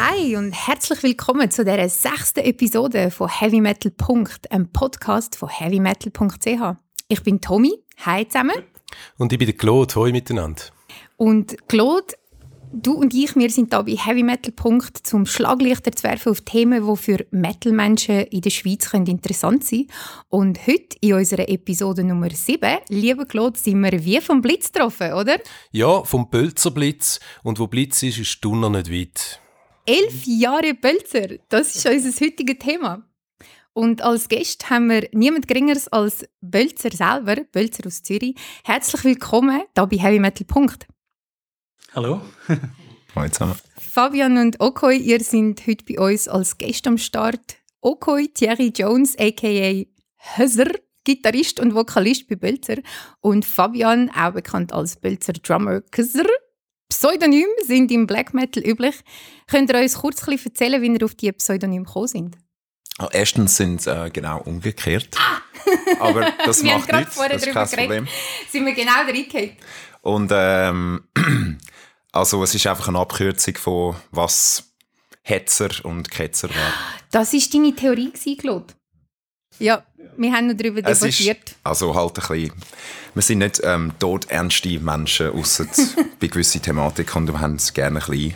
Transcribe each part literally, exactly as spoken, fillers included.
Hi und herzlich willkommen zu dieser sechsten Episode von Heavy Metal. Einem Podcast von heavy metal punkt c h. Ich bin Tommy, hi zusammen. Und ich bin der Claude, hoi miteinander. Und Claude, du und ich, wir sind hier bei Heavy Metal. Zum Schlaglichter zu werfen auf Themen, die für Metal-Menschen in der Schweiz können interessant sein können. Und heute in unserer Episode Nummer sieben, lieber Claude, sind wir wie vom Blitz getroffen, oder? Ja, vom Bölzer Blitz. Und wo Blitz ist, ist Thun noch nicht weit. Elf Jahre Bölzer, das ist unser heutiges Thema. Und als Gast haben wir niemand Geringeres als Bölzer selber, Bölzer aus Zürich. Herzlich willkommen hier bei Heavy Metal. Hallo. Hallo zusammen. Fabian und Okoy, ihr seid heute bei uns als Gäste am Start. Okoy, Thierry Jones, aka Höser, Gitarrist und Vokalist bei Bölzer. Und Fabian, auch bekannt als Bölzer Drummer Köser. Pseudonyme sind im Black Metal üblich. Könnt ihr uns kurz ein bisschen erzählen, wie ihr auf diese Pseudonyme gekommen sind? Oh, erstens sind es äh, genau umgekehrt. Ah. Aber das wir macht nichts, das ist kein Problem. Sind wir genau reingekommen. Und ähm, also es ist einfach eine Abkürzung von was Hetzer und Ketzer war. Das war deine Theorie, Claude? Ja, wir haben noch darüber es debattiert. Ist, also halt ein bisschen, wir sind nicht ähm, todernste Menschen, ausser bei gewissen Thematiken, und wir haben gerne ein bisschen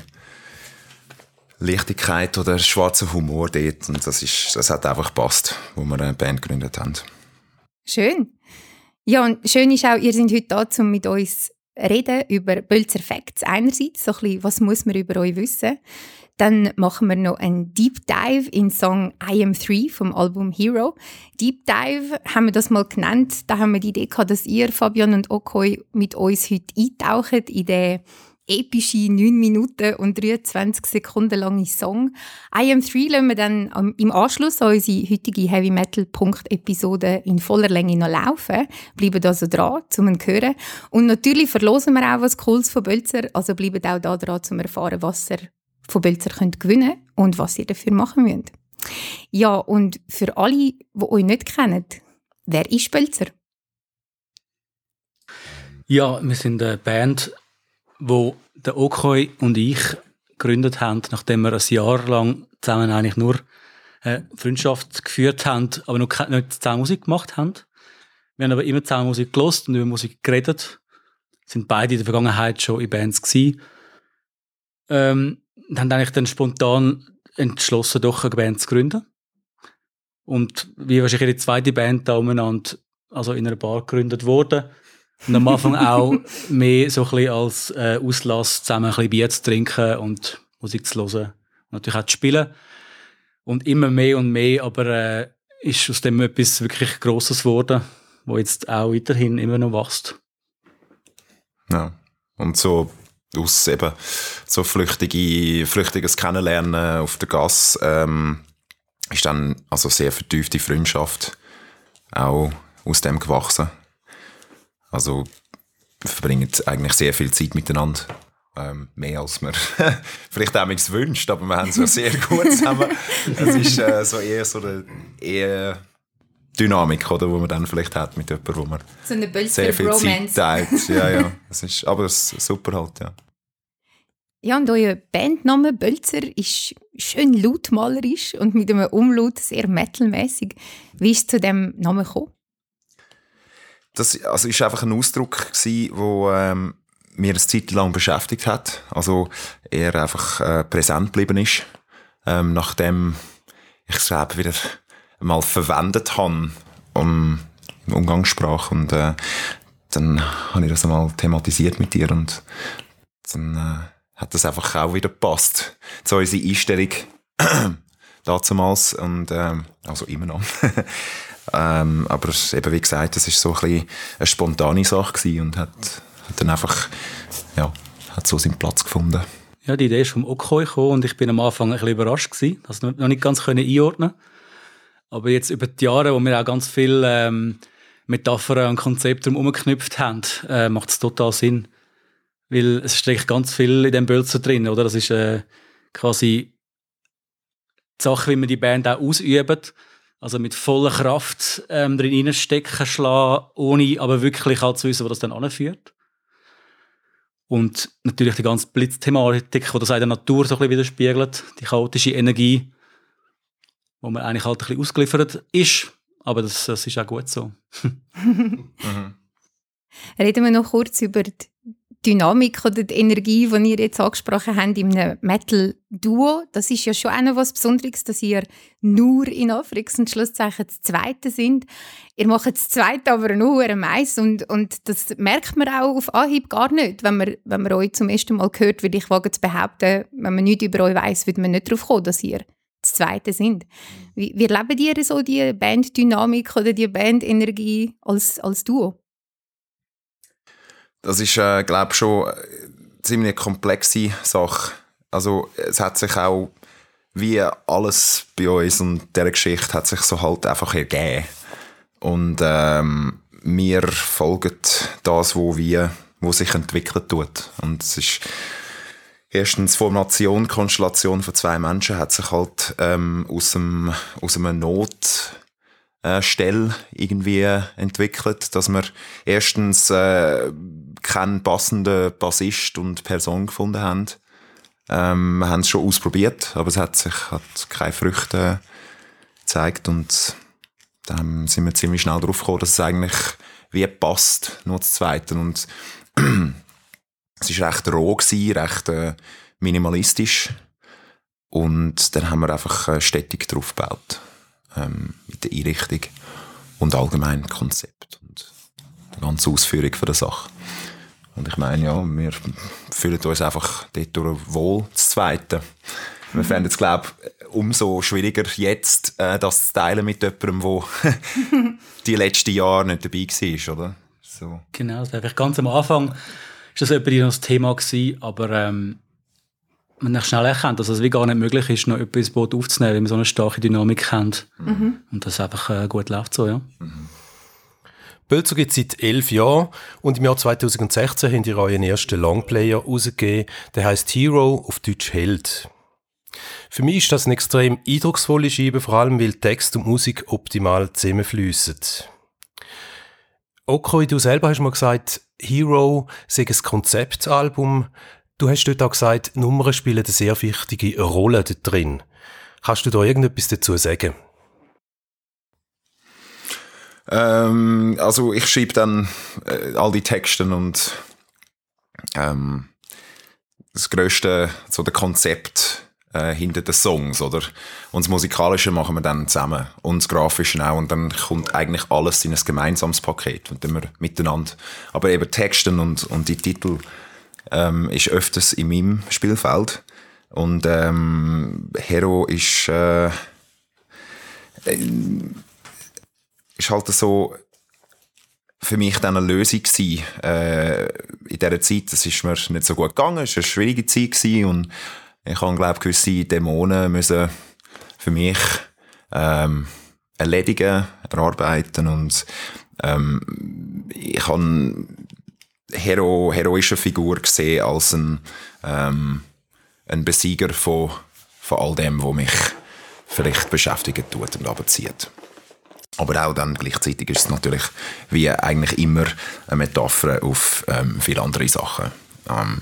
Leichtigkeit oder schwarzer Humor dort. Und das, ist, das hat einfach gepasst, wo wir eine Band gegründet haben. Schön. Ja, und schön ist auch, ihr seid heute da, um mit uns reden über Bölzer Facts einerseits, so ein bisschen, was muss man über euch wissen. Dann machen wir noch einen Deep Dive in den Song I Am Three vom Album Hero. Deep Dive haben wir das mal genannt. Da haben wir die Idee gehabt, dass ihr, Fabian und Okoy, mit uns heute eintaucht in den epischen neun Minuten und dreiundzwanzig Sekunden lange Song. I Am Three lassen wir dann im Anschluss an unsere heutige Heavy Metal Episode in voller Länge noch laufen. Bleiben also dran, um zu hören. Und natürlich verlosen wir auch was Cooles von Bölzer. Also bleibt auch da dran, um zu erfahren, was ihr von Bölzer könnt gewinnen und was ihr dafür machen müsst. Ja, und für alle, die euch nicht kennen, wer ist Bölzer? Ja, wir sind eine Band, wo der Okoy und ich gegründet haben, nachdem wir ein Jahr lang zusammen eigentlich nur eine Freundschaft geführt haben, aber noch nicht zusammen Musik gemacht haben. Wir haben aber immer zusammen Musik gehört und über Musik geredet. Sind beide in der Vergangenheit schon in Bands gewesen. Ähm, und haben eigentlich dann spontan entschlossen, doch eine Band zu gründen. Und wie wahrscheinlich die zweite Band da umeinander, also in einer Bar gegründet wurde. Und am Anfang auch mehr so ein bisschen als äh, Auslass, zusammen ein bisschen Bier zu trinken und Musik zu hören. Und natürlich auch zu spielen. Und immer mehr und mehr, aber äh, ist aus dem etwas wirklich Grosses geworden, wo jetzt auch weiterhin immer noch wächst. Ja, und so aus eben so flüchtige, flüchtiges Kennenlernen auf der Gasse ähm, ist dann also sehr vertiefte Freundschaft auch aus dem gewachsen. Also wir verbringen eigentlich sehr viel Zeit miteinander, ähm, mehr als man vielleicht auch wünscht, aber wir haben es ja sehr gut zusammen. Es ist äh, so eher so eine eher Dynamik, oder, wo man dann vielleicht hat mit jemandem, wo man so eine sehr viel Romance. Zeit teilt. Ja, ja. Es ist, aber es ist super halt, ja. Ja, und euer Bandname Bölzer ist schön lautmalerisch und mit einem Umlaut sehr metalmäßig. Wie ist es zu diesem Namen gekommen? Das also ist einfach ein Ausdruck gsi, wo ähm, mir eine Zeit lang beschäftigt hat. Also er einfach äh, präsent geblieben ist, ähm, nachdem ich es eben wieder mal verwendet habe um, in Umgangssprache. Und äh, dann habe ich das einmal thematisiert mit dir und dann äh, hat das einfach auch wieder gepasst zu unserer Einstellung damals und ähm, also immer noch. ähm, aber eben wie gesagt, das ist so ein bisschen eine spontane Sache gewesen und hat, hat dann einfach ja, hat so seinen Platz gefunden. Ja, die Idee ist vom Okoy gekommen und ich bin am Anfang ein bisschen überrascht gewesen, das noch nicht ganz einordnen. Aber jetzt über die Jahre, wo wir auch ganz viel ähm, Metaphern und Konzepte herumgeknüpft haben, äh, macht es total Sinn. Weil es steckt ganz viel in diesem Bölzer drin, oder? Das ist äh, quasi die Sache, wie man die Band auch ausübt. Also mit voller Kraft ähm, drin reinstecken, schlagen, ohne aber wirklich halt zu wissen, wo das dann anführt. Und natürlich die ganze Blitzthematik, die das auch in der Natur so ein bisschen widerspiegelt, die chaotische Energie, wo man eigentlich halt ein bisschen ausgeliefert ist, aber das, das ist auch gut so. Mhm. Reden wir noch kurz über die Dynamik oder die Energie, die ihr jetzt angesprochen habt in einem Metal-Duo. Das ist ja schon auch noch was Besonderes, dass ihr nur in Anführungs- und Schlusszeichen das Zweite sind. Ihr macht das Zweite aber nur ein Mais und, und das merkt man auch auf Anhieb gar nicht. Wenn man, wenn man euch zum ersten Mal hört, würde ich wagen zu behaupten, wenn man nichts über euch weiss, würde man nicht darauf kommen, dass ihr das Zweite sind. Wie, wie erlebt ihr so die Banddynamik oder die Bandenergie als, als Duo? Das ist, äh, glaube ich, schon eine ziemlich komplexe Sache. Also es hat sich auch, wie alles bei uns und dieser Geschichte, hat sich so halt einfach ergeben. Und ähm, wir folgen das, wo, wir, wo sich entwickelt tut. Und es ist erstens die Formation, Konstellation von zwei Menschen hat sich halt ähm, aus, dem, aus einem Not Äh, Stelle irgendwie entwickelt, dass wir erstens äh, keinen passenden Bassist und Person gefunden haben. Ähm, wir haben es schon ausprobiert, aber es hat sich hat keine Früchte gezeigt und dann sind wir ziemlich schnell drauf gekommen, dass es eigentlich wie passt, nur das Zweite. Und es war recht roh gewesen, recht äh, minimalistisch und dann haben wir einfach äh, stetig drauf gebaut. Mit der Einrichtung und allgemein Konzept und die ganze Ausführung von der Sache. Und ich meine, ja, wir fühlen uns einfach dort wohl, das Zweite. Wir mhm. fänden es, glaube ich, umso schwieriger jetzt, äh, das zu teilen mit jemandem, der die letzten Jahre nicht dabei war, oder? So. Genau, das war ganz am Anfang ist das etwa noch das Thema gewesen, aber ähm man hat schnell erkannt, dass es wie gar nicht möglich ist, noch etwas ins Boot aufzunehmen, wenn man so eine starke Dynamik hat. Mhm. Und das einfach äh, gut läuft so, ja. Mhm. Bölzer gibt es seit elf Jahren und im Jahr zweitausendsechzehn habt ihr euren ersten Longplayer rausgegeben, der heisst Hero, auf Deutsch Held. Für mich ist das eine extrem eindrucksvolle Scheibe, vor allem weil Text und Musik optimal zusammenfliessen. Okoi, du selber hast mal gesagt, Hero sei ein Konzeptalbum. Du hast dort auch gesagt, Nummern spielen eine sehr wichtige Rolle dort drin. Kannst du da irgendetwas dazu sagen? Ähm, also ich schreibe dann äh, all die Texte und ähm, das grösste, so der Konzept äh, hinter den Songs, oder? Und das Musikalische machen wir dann zusammen und das Grafische auch und dann kommt eigentlich alles in ein gemeinsames Paket und dann wir miteinander. Aber eben Texte und, und die Titel Ähm, ist öfters in meinem Spielfeld und ähm, Hero ist äh, äh, ist halt so für mich dann eine Lösung gewesen, äh, in dieser Zeit. Das ist mir nicht so gut gegangen, es war eine schwierige Zeit gewesen und ich habe, glaube ich, gewisse Dämonen müssen für mich ähm, erledigen, erarbeiten und ähm, ich habe Hero, heroische Figur gesehen als ein, ähm, ein Besieger von, von all dem, was mich vielleicht beschäftigt tut und abzieht. Aber auch dann gleichzeitig ist es natürlich wie eigentlich immer eine Metapher auf ähm, viele andere Sachen, ähm,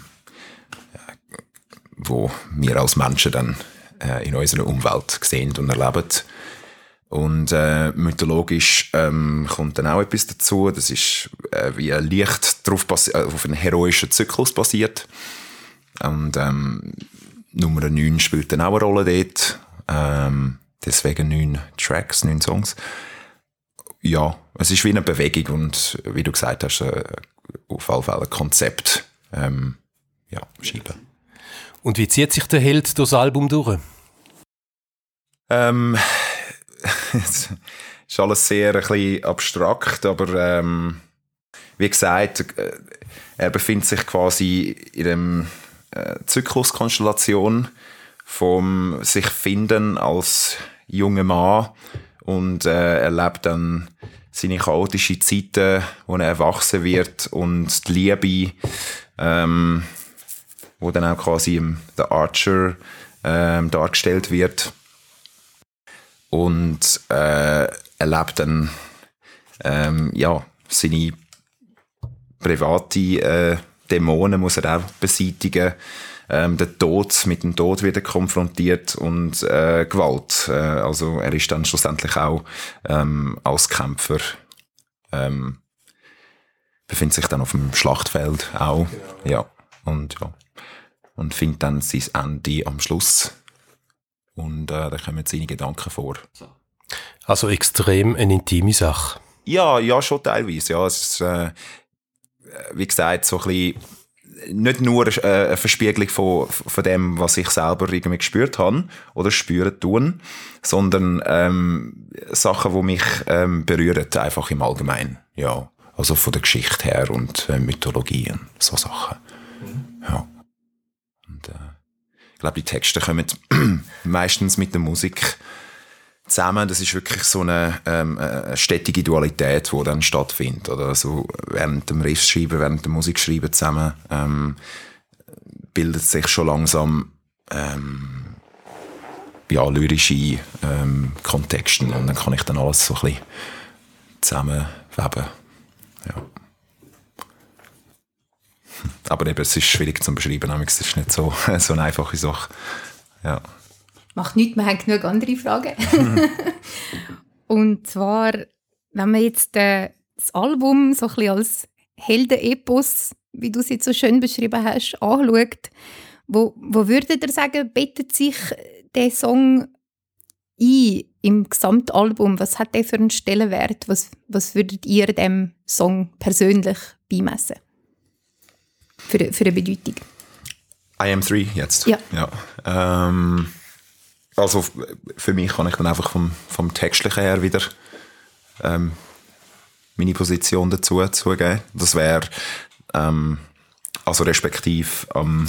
wo wir als Menschen dann äh, in unserer Umwelt sehen und erleben. Und äh, mythologisch ähm, kommt dann auch etwas dazu. Das ist äh, wie ein Licht drauf basi- äh, auf einen heroischen Zyklus basiert. Und ähm, Nummer neun spielt dann auch eine Rolle dort. Ähm, deswegen neun Tracks, neun Songs. Ja, es ist wie eine Bewegung und wie du gesagt hast, äh, auf jeden Fall ein Konzept. Ähm, ja, Scheibe. Und wie zieht sich der Held durch das Album durch? Ähm... Es ist alles sehr ein bisschen abstrakt, aber ähm, wie gesagt, äh, er befindet sich quasi in einer äh, Zykluskonstellation vom sich finden als junger Mann und äh, erlebt dann seine chaotischen Zeiten, wo er erwachsen wird und die Liebe, ähm, wo dann auch quasi im The Archer ähm, dargestellt wird. Und äh, erlebt dann ähm, ja, seine private äh, Dämonen muss er auch beseitigen. Ähm, der Tod, mit dem Tod wieder konfrontiert und äh, Gewalt. Äh, also er ist dann schlussendlich auch ähm, als Kämpfer ähm, befindet sich dann auf dem Schlachtfeld auch. Genau. Ja. Und ja. Und findet dann sein Ende am Schluss. Und äh, da kommen seine Gedanken vor. Also extrem eine intime Sache. Ja, ja, schon teilweise. Ja, es ist, äh, wie gesagt, so ein bisschen nicht nur eine Verspiegelung von, von dem, was ich selber irgendwie gespürt habe oder spüren tun, sondern ähm, Sachen, die mich ähm, berühren, einfach im Allgemeinen. Ja, also von der Geschichte her und äh, Mythologie und so Sachen. Mhm. Ja. Und, äh, ich glaube, die Texte kommen meistens mit der Musik zusammen. Das ist wirklich so eine, ähm, eine stetige Dualität, die dann stattfindet. Oder also während dem Riffschreiben, während der Musik schreiben zusammen ähm, bildet sich schon langsam ähm, ja, lyrische ähm, Kontexte. Und dann kann ich dann alles so ein bisschen zusammenweben. Ja. Aber eben, es ist schwierig zu beschreiben. Es ist nicht so, so eine einfache Sache. Ja. Macht nichts, wir haben genug andere Fragen. Und zwar, wenn man jetzt äh, das Album so ein bisschen als Heldenepos, wie du es jetzt so schön beschrieben hast, anschaut, wo, wo würdet ihr sagen, bettet sich der Song ein im Gesamtalbum? Was hat der für einen Stellenwert? Was, was würdet ihr dem Song persönlich beimessen? Für, für eine Bedeutung? I am three jetzt? Ja. ja. Ähm, also für mich kann ich dann einfach vom, vom Textlichen her wieder ähm, meine Position dazu zugeben. Das wäre ähm, also respektiv am,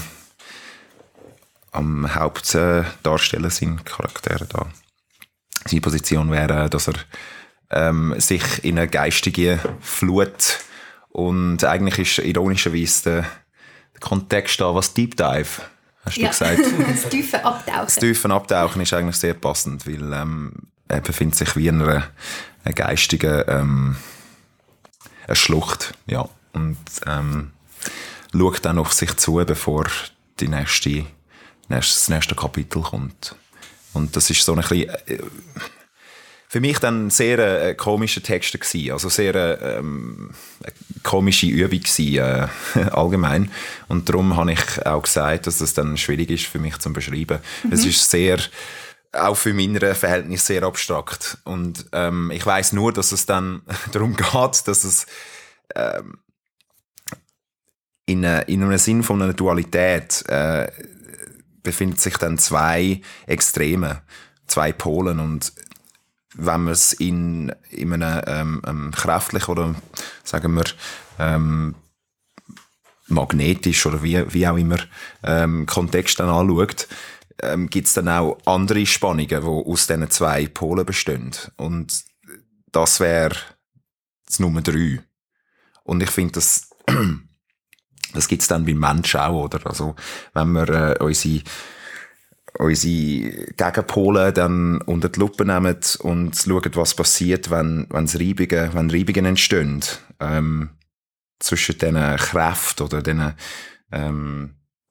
am Hauptdarsteller seinen Charakteren da. Seine Position wäre, dass er ähm, sich in eine geistige Flut und eigentlich ist ironischerweise der, der Kontext da, was Deep Dive, hast du ja. gesagt? Das tiefe Abtauchen. Das tiefe Abtauchen ist eigentlich sehr passend, weil ähm, er befindet sich wie in einer, einer geistigen ähm, eine Schlucht, ja, und ähm, schaut dann auf sich zu, bevor die nächste, das nächste Kapitel kommt. Und das ist so ein bisschen, äh, für mich dann sehr äh, komischer Text gewesen, also sehr äh, ähm, eine komische Übung gewesen, äh, allgemein. Und darum habe ich auch gesagt, dass das dann schwierig ist für mich zu beschreiben. Mhm. Es ist sehr, auch für meine Verhältnisse sehr abstrakt. Und ähm, ich weiss nur, dass es dann darum geht, dass es ähm, in, äh, in einem Sinn von einer Dualität äh, befinden sich dann zwei Extreme, zwei Polen. Und wenn man es in, in einem ähm, ähm, kräftlich oder sagen wir ähm, magnetisch oder wie, wie auch immer ähm, Kontext dann anschaut, ähm, gibt es dann auch andere Spannungen, die aus diesen zwei Polen bestehen. Und das wäre das Nummer drei. Und ich finde, das, das gibt es dann beim Menschen auch, oder? Also, wenn wir äh, unsere, unsere Gegenpole dann unter die Lupe nehmen und schauen, was passiert, wenn, wenn's Reibungen, wenn Reibungen entstehen, ähm, zwischen diesen Kräften oder diesen, ähm,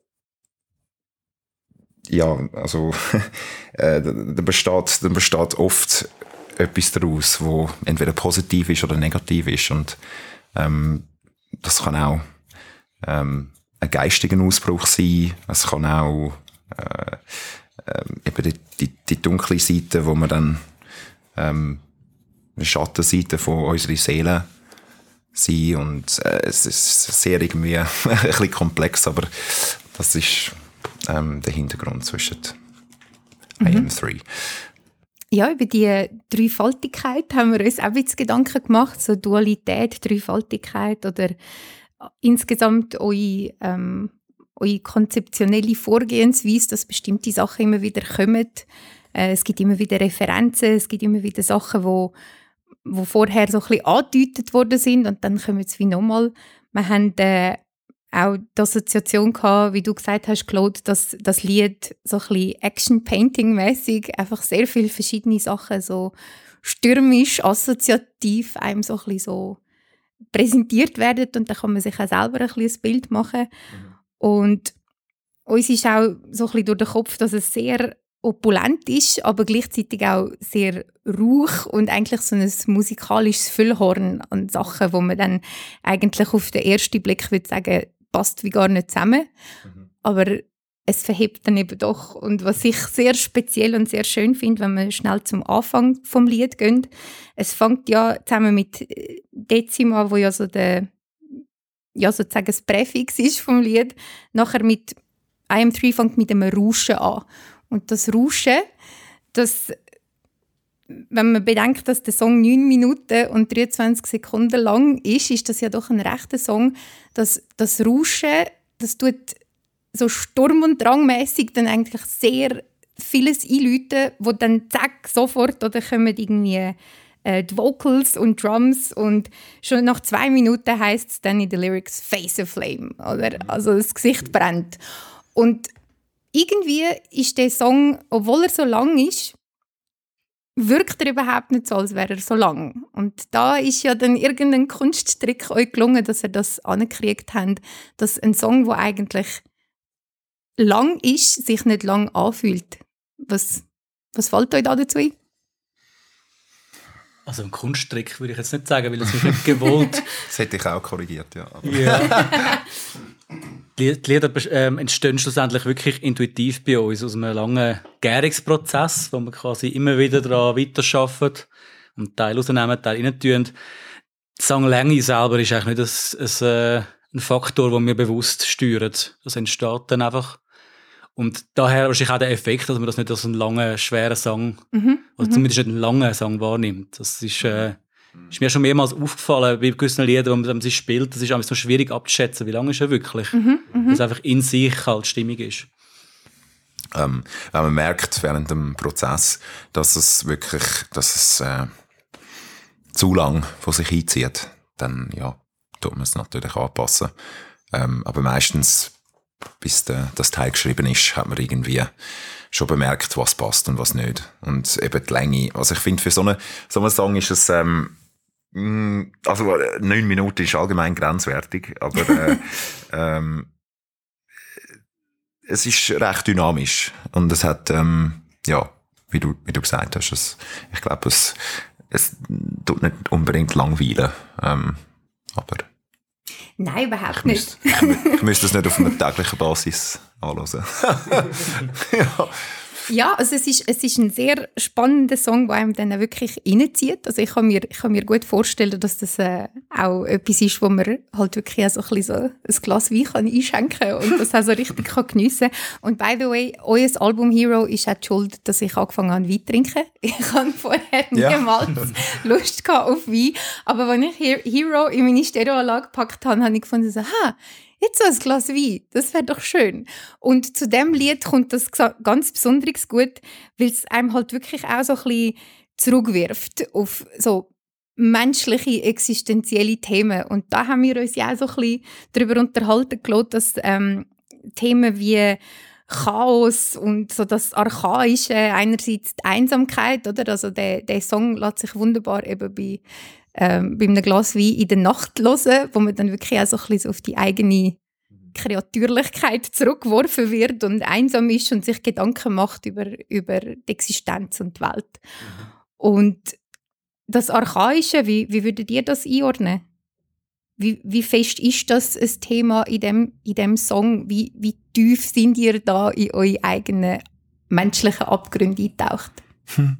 ja, also, äh, da besteht, da besteht oft etwas daraus, wo entweder positiv ist oder negativ ist. Und ähm, das kann auch ähm, ein geistiger Ausbruch sein. Es kann auch äh, äh, eben die, die, die dunkle Seite, wo man dann ähm, eine Schattenseite von unserer Seele sein. Und äh, es ist sehr irgendwie ein bisschen komplex, aber das ist ähm, der Hintergrund zwischen mhm. I am three. Ja, über die Dreifaltigkeit haben wir uns auch ein bisschen Gedanken gemacht, so Dualität, Dreifaltigkeit oder insgesamt eure, ähm, eure konzeptionelle Vorgehensweise, dass bestimmte Sachen immer wieder kommen. Äh, es gibt immer wieder Referenzen, es gibt immer wieder Sachen, wo, wo vorher so ein bisschen angedeutet worden sind und dann kommen sie wie nochmal. Wir haben äh, auch die Assoziation gehabt, wie du gesagt hast, Claude, dass das Lied so ein bisschen Action-Painting-mäßig einfach sehr viele verschiedene Sachen so stürmisch, assoziativ einem so ein bisschen so präsentiert werden und dann kann man sich auch selber ein, ein Bild machen. Mhm. Und uns ist auch so ein bisschen durch den Kopf, dass es sehr opulent ist, aber gleichzeitig auch sehr ruhig und eigentlich so ein musikalisches Füllhorn an Sachen, wo man dann eigentlich auf den ersten Blick würde sagen, passt wie gar nicht zusammen. Mhm. Aber es verhebt dann eben doch. Und was ich sehr speziell und sehr schön finde, wenn wir schnell zum Anfang vom Lied gehen, es fängt ja zusammen mit Dezima, wo ja so der, ja sozusagen das Präfix ist vom Lied, nachher mit I am drei fängt mit einem Rauschen an. Und das Rauschen, das, wenn man bedenkt, dass der Song neun Minuten und dreiundzwanzig Sekunden lang ist, ist das ja doch ein rechter Song. Das, das Rauschen, das tut so sturm- und drangmässig dann eigentlich sehr vieles einläuten, wo dann zack, sofort, oder kommen irgendwie äh, die Vocals und Drums und schon nach zwei Minuten heisst es dann in den Lyrics «Face a Flame», oder? Also das Gesicht brennt. Und irgendwie ist der Song, obwohl er so lang ist, wirkt er überhaupt nicht so, als wäre er so lang. Und da ist ja dann irgendein Kunsttrick euch gelungen, dass ihr das angekriegt habt, dass ein Song, der eigentlich lang ist, sich nicht lang anfühlt. Was, was fällt euch da dazu ein? Also ein Kunsttrick würde ich jetzt nicht sagen, weil es ist nicht gewollt. Das hätte ich auch korrigiert, ja. ja. Die Lieder ähm, entstehen schlussendlich wirklich intuitiv bei uns, aus einem langen Gärungsprozess, wo wir quasi immer wieder daran weiterarbeiten und Teil rausnehmen, Teil rein tun. Die Songlänge selber ist eigentlich nicht ein, ein, ein Faktor, den wir bewusst steuern. Das entsteht dann einfach. Und daher wahrscheinlich auch der Effekt, dass man das nicht als einen langen, schweren Song, mhm, oder zumindest nicht einen langen Song wahrnimmt. Das ist, äh, ist mir schon mehrmals aufgefallen bei gewissen Liedern, wo man, wenn man sie spielt, das ist einfach so schwierig abzuschätzen, wie lange ist er wirklich. Mhm, weil es einfach in sich halt stimmig ist. Ähm, wenn man merkt während dem Prozess, dass es wirklich, dass es äh, zu lang von sich einzieht, dann ja, tut man es natürlich anpassen. Ähm, aber meistens, bis der, das Teil geschrieben ist, hat man irgendwie schon bemerkt, was passt und was nicht. Und eben die Länge. Also ich finde, für so einen so eine Song ist es, ähm, also neun Minuten ist allgemein grenzwertig, aber äh, ähm, es ist recht dynamisch. Und es hat, ähm, ja, wie du, wie du gesagt hast, es, ich glaube, es, es tut nicht unbedingt langweilen. Ähm, aber Nein, überhaupt ich nicht. Müsste, ich, ich müsste es nicht auf einer täglichen Basis anhören. ja. Ja, also es ist, es ist ein sehr spannender Song, der einem dann wirklich reinzieht. Also ich kann mir, ich kann mir gut vorstellen, dass das äh, auch etwas ist, wo man halt wirklich auch so ein, bisschen so ein Glas Wein kann einschenken kann und das auch so richtig kann geniessen kann. Und by the way, euer Album «Hero» ist auch die Schuld, dass ich angefangen habe, Wein zu trinken. Ich hatte vorher niemals ja. Lust gehabt auf Wein. Aber als ich «Hero» in meine Stereoanlage gepackt habe, habe ich gefunden, so, ha, jetzt so ein Glas Wein, das wäre doch schön. Und zu diesem Lied kommt das ganz besonders gut, weil es einem halt wirklich auch so ein bisschen zurückwirft auf so menschliche, existenzielle Themen. Und da haben wir uns ja auch so ein bisschen darüber unterhalten gelassen, dass ähm, Themen wie Chaos und so das Archaische, einerseits die Einsamkeit, oder? Also der, der Song lässt sich wunderbar eben bei Ähm, bei einem Glas Wein in der Nacht hören, wo man dann wirklich auch so ein bisschen auf die eigene Kreatürlichkeit zurückgeworfen wird und einsam ist und sich Gedanken macht über, über die Existenz und die Welt. Mhm. Und das Archaische, wie, wie würdet ihr das einordnen? Wie, wie fest ist das ein Thema in dem, in dem Song? Wie, wie tief sind ihr da in eure eigenen menschlichen Abgründe eingetaucht? Hm.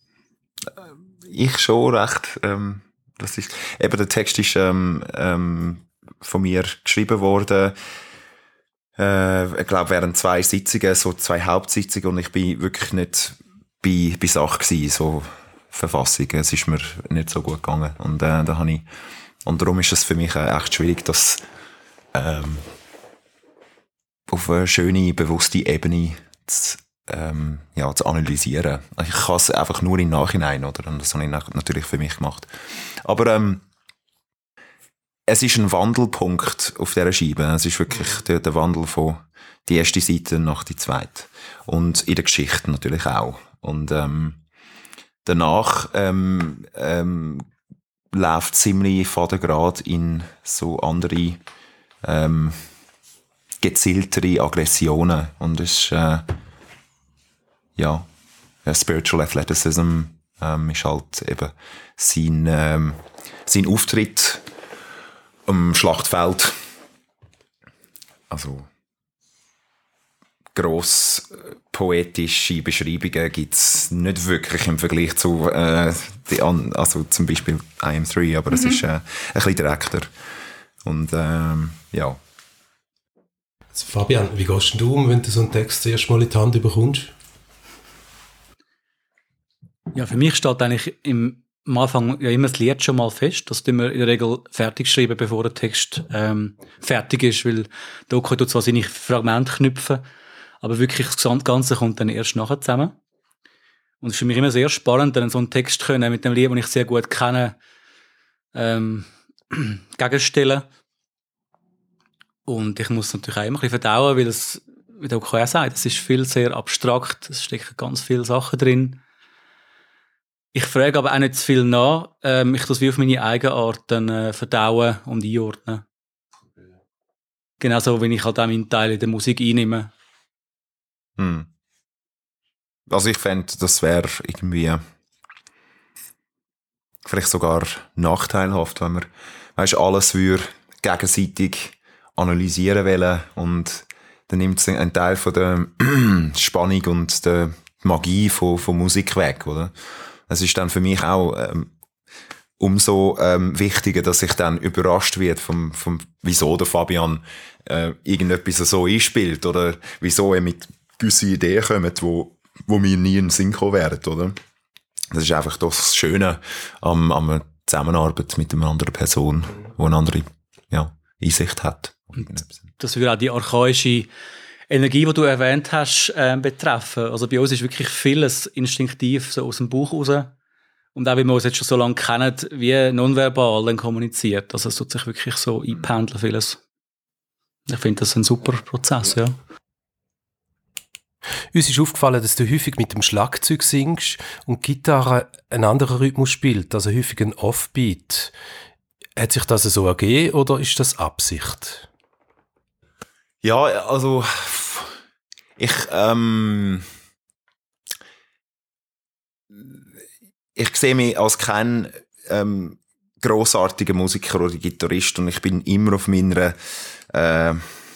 Ich schon recht... Ähm Das ist, eben der Text ist ähm, ähm, von mir geschrieben worden, äh, ich glaube während zwei Sitzungen, so zwei Hauptsitzungen, und ich bin wirklich nicht bei, bei Sache gewesen, so Verfassungen. Es ist mir nicht so gut gegangen. Und, äh, da habe ich, und darum ist es für mich äh, echt schwierig, das ähm, auf eine schöne, bewusste Ebene zu Ähm, ja, zu analysieren. Ich kann es einfach nur im Nachhinein, oder? Und das habe ich natürlich für mich gemacht. Aber ähm, es ist ein Wandelpunkt auf dieser Scheibe. Es ist wirklich der, der Wandel von die erste Seite nach die zweite. Und in der Geschichte natürlich auch. Und ähm, danach ähm, ähm, läuft ziemlich fadengrad in so andere ähm, gezieltere Aggressionen. Und es ist, äh, ja, Spiritual Athleticism ähm, ist halt eben sein, ähm, sein Auftritt am Schlachtfeld. Also gross poetische Beschreibungen gibt es nicht wirklich im Vergleich zu äh, die an, also zum Beispiel I am drei, aber es mhm. ist äh, ein bisschen direkter. Und ähm, ja. Also Fabian, wie gehst du um, wenn du so einen Text das erste Mal in die Hand bekommst? Ja, für mich steht eigentlich im, am Anfang ja immer das Lied schon mal fest. Das tun wir in der Regel fertig schreiben, bevor der Text ähm, fertig ist, weil da kann ich zwar seine Fragmente knüpfen, aber wirklich das Ganze kommt dann erst nachher zusammen. Und es ist für mich immer sehr spannend, dann so einen Text können mit dem Lied, den ich sehr gut kenne, ähm, gegenstellen. Und ich muss natürlich auch immer ein bisschen verdauen, weil es, wie der auch sagt, es ist viel sehr abstrakt, es stecken ganz viele Sachen drin. Ich frage aber auch nicht zu viel nach. Ähm, ich tue es wie auf meine eigene Art dann äh, verdauen und einordnen. Genauso, wie ich halt auch meinen Teil in der Musik einnehme. Hm. Also ich fände, das wäre irgendwie vielleicht sogar nachteilhaft, wenn man, weißt, alles würde gegenseitig analysieren wollen und dann nimmt es einen Teil von der Spannung und der Magie von, von Musik weg, oder? Es ist dann für mich auch ähm, umso ähm, wichtiger, dass ich dann überrascht werde vom, vom wieso der Fabian äh, irgendetwas so einspielt oder wieso er mit gewissen Ideen kommt, wo, wo mir nie in den Sinn kommen werden, oder? Das ist einfach das Schöne am, am Zusammenarbeit mit einer anderen Person, die eine andere ja, Einsicht hat. Das würde auch die archaische Energie, die du erwähnt hast, äh, betreffen. Also bei uns ist wirklich vieles instinktiv so aus dem Bauch raus. Und auch, wie wir uns jetzt schon so lange kennen, wie nonverbal dann kommuniziert. Also es tut sich wirklich so einpendeln, vieles. Ich finde, das ist ein super Prozess, ja. Uns ist aufgefallen, dass du häufig mit dem Schlagzeug singst und die Gitarre einen anderen Rhythmus spielt, also häufig ein Offbeat. Hat sich das so ergeben oder ist das Absicht? Ja, also ich ähm, ich sehe mich als kein ähm, grossartiger Musiker oder Gitarrist und ich bin immer auf meiner äh,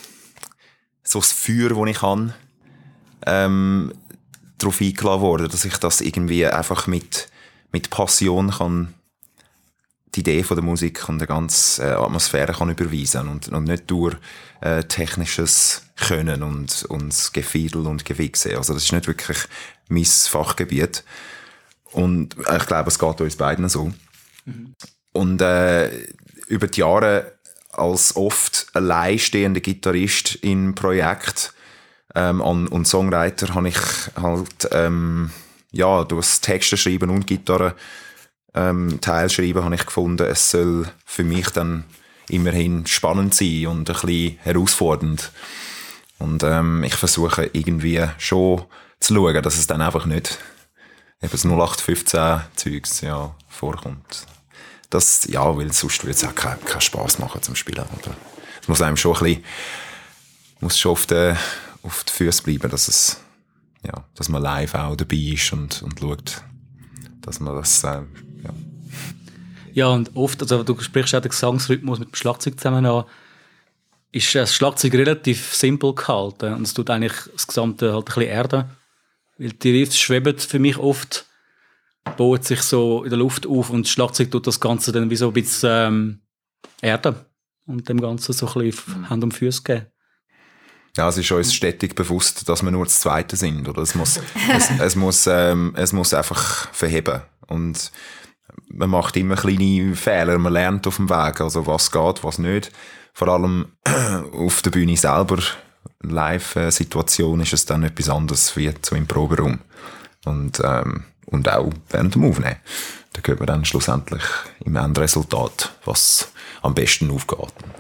so das Feuer, das ich habe, ähm, darauf eingeladen worden, dass ich das irgendwie einfach mit, mit Passion kann die Idee von der Musik und die ganze äh, Atmosphäre kann überweisen und, und nicht durch äh, technisches Können und, und Gefiedel und Gewichse. Also das ist nicht wirklich mein Fachgebiet. Und äh, ich glaube, es geht uns beiden so. Mhm. Und äh, über die Jahre als oft alleinstehender Gitarrist im Projekt ähm, und Songwriter habe ich halt ähm, ja, durch das Texte schreiben und Gitarre Ähm, Teilschreiben habe ich gefunden, es soll für mich dann immerhin spannend sein und ein bisschen herausfordernd. Und ähm, ich versuche irgendwie schon zu schauen, dass es dann einfach nicht eben das null acht fünfzehn Zeugs ja, vorkommt. Das, ja, weil sonst würde es auch keinen kein Spass machen zum Spielen. Oder? Es muss einem schon ein bisschen, muss schon auf den, auf die Füße bleiben, dass es, ja, dass man live auch dabei ist und, und schaut, dass man das, äh, ja. Ja, und oft, also du sprichst auch den Gesangsrhythmus mit dem Schlagzeug zusammen an, ist das Schlagzeug relativ simpel gehalten und es tut eigentlich das Gesamte halt ein bisschen erden, weil die Riffs schweben für mich oft, bauen sich so in der Luft auf und das Schlagzeug tut das Ganze dann wie so ein bisschen ähm, erden und dem Ganzen so ein bisschen Hand und Füße geben. Ja, es ist uns stetig bewusst, dass wir nur das Zweite sind. Oder? Es, muss, es, es, muss, ähm, es muss einfach verheben. Und man macht immer kleine Fehler, man lernt auf dem Weg, also was geht, was nicht. Vor allem auf der Bühne selber, Live-Situation, ist es dann etwas anderes wie so im Proberaum. Und, ähm, und auch während dem Aufnehmen. Da hört man dann schlussendlich im Endresultat, was am besten aufgeht.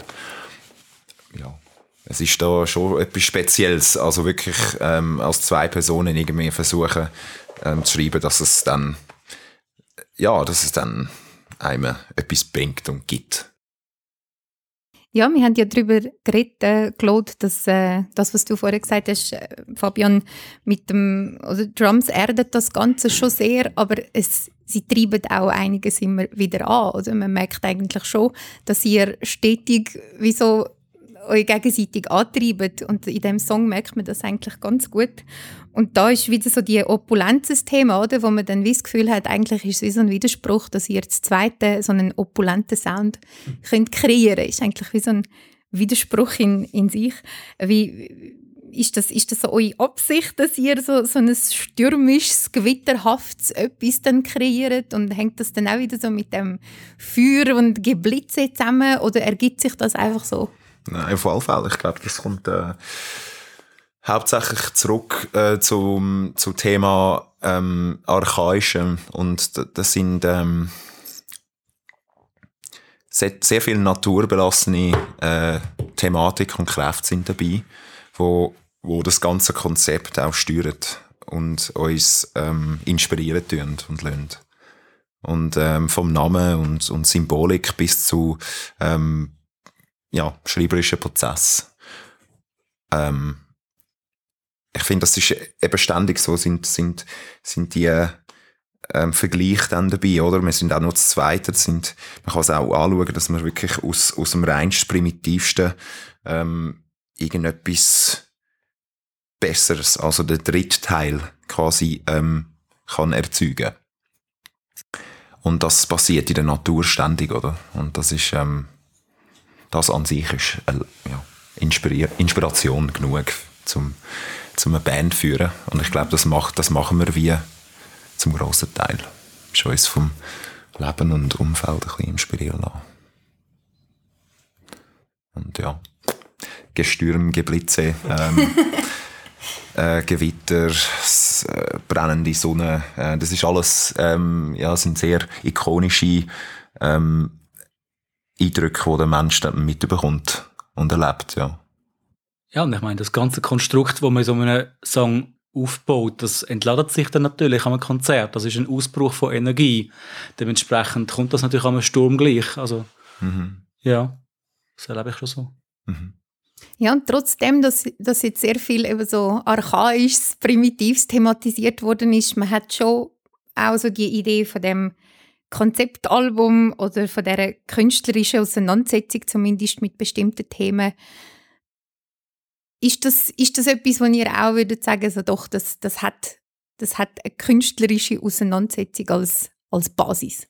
Und, ja. Es ist da schon etwas Spezielles, also wirklich ähm, als zwei Personen irgendwie versuchen ähm, zu schreiben, dass es dann, ja, dass es dann einem etwas bringt und gibt. Ja, wir haben ja darüber geredet, äh, Claude, dass äh, das, was du vorher gesagt hast, äh, Fabian, mit dem also Drums erdet das Ganze schon sehr, aber es, sie treiben auch einiges immer wieder an. Also man merkt eigentlich schon, dass ihr stetig wie so euch gegenseitig antreibt und in diesem Song merkt man das eigentlich ganz gut. Und da ist wieder so die Opulenz-Thema, oder, wo man dann wie das Gefühl hat, eigentlich ist es wie so ein Widerspruch, dass ihr das zweite so einen opulenten Sound könnt kreieren. Ist eigentlich wie so ein Widerspruch in, in sich. Wie ist das, ist das so eure Absicht, dass ihr so, so ein stürmisches, gewitterhaftes etwas dann kreiert und hängt das dann auch wieder so mit dem Feuer und Geblitze zusammen oder ergibt sich das einfach so? Nein, auf alle Fälle. Ich glaube, das kommt äh, hauptsächlich zurück äh, zum, zum Thema ähm, Archaischem. Und d- das sind ähm, sehr, sehr viele naturbelassene äh, Thematik und Kräfte sind dabei, wo, wo das ganze Konzept auch steuert und uns ähm, inspirieren tun und lassen. Und ähm, vom Namen und, und Symbolik bis zu ähm, ja, schreiberischen Prozess. Ähm, ich finde, das ist eben ständig so, sind, sind, sind die ähm, Vergleiche dann dabei, oder? Wir sind auch noch das Zweite, sind, man kann es auch anschauen, dass man wirklich aus, aus dem reinst Primitivsten ähm, irgendetwas Besseres, also den dritten Teil quasi ähm, kann erzeugen. Und das passiert in der Natur ständig, oder? Und das ist ähm, das an sich ist äh, ja, Inspir- Inspiration genug, zum, zum eine Band zu führen. Und ich glaube, das, macht, das machen wir wie zum grossen Teil. Schon uns vom Leben und Umfeld ein bisschen inspirieren lassen. Und ja, Gestürm, Geblitze, ähm, äh, Gewitter, s- äh, brennende Sonne, äh, das ist alles, ähm, ja, sind sehr ikonische ähm, Eindrücke, die der Mensch dann mitbekommt und erlebt, ja. Ja, und ich meine, das ganze Konstrukt, das man in so einem Song aufbaut, das entladet sich dann natürlich an einem Konzert. Das ist ein Ausbruch von Energie. Dementsprechend kommt das natürlich an einem Sturm gleich. Also, Mhm. ja, das erlebe ich schon so. Mhm. Ja, und trotzdem, dass, dass jetzt sehr viel eben so archaisches, primitives thematisiert worden ist, man hat schon auch so die Idee von dem Konzeptalbum oder von dieser künstlerischen Auseinandersetzung zumindest mit bestimmten Themen. Ist das, ist das etwas, wo ihr auch würdet sagen, also doch, das, das, hat, das hat eine künstlerische Auseinandersetzung als, als Basis?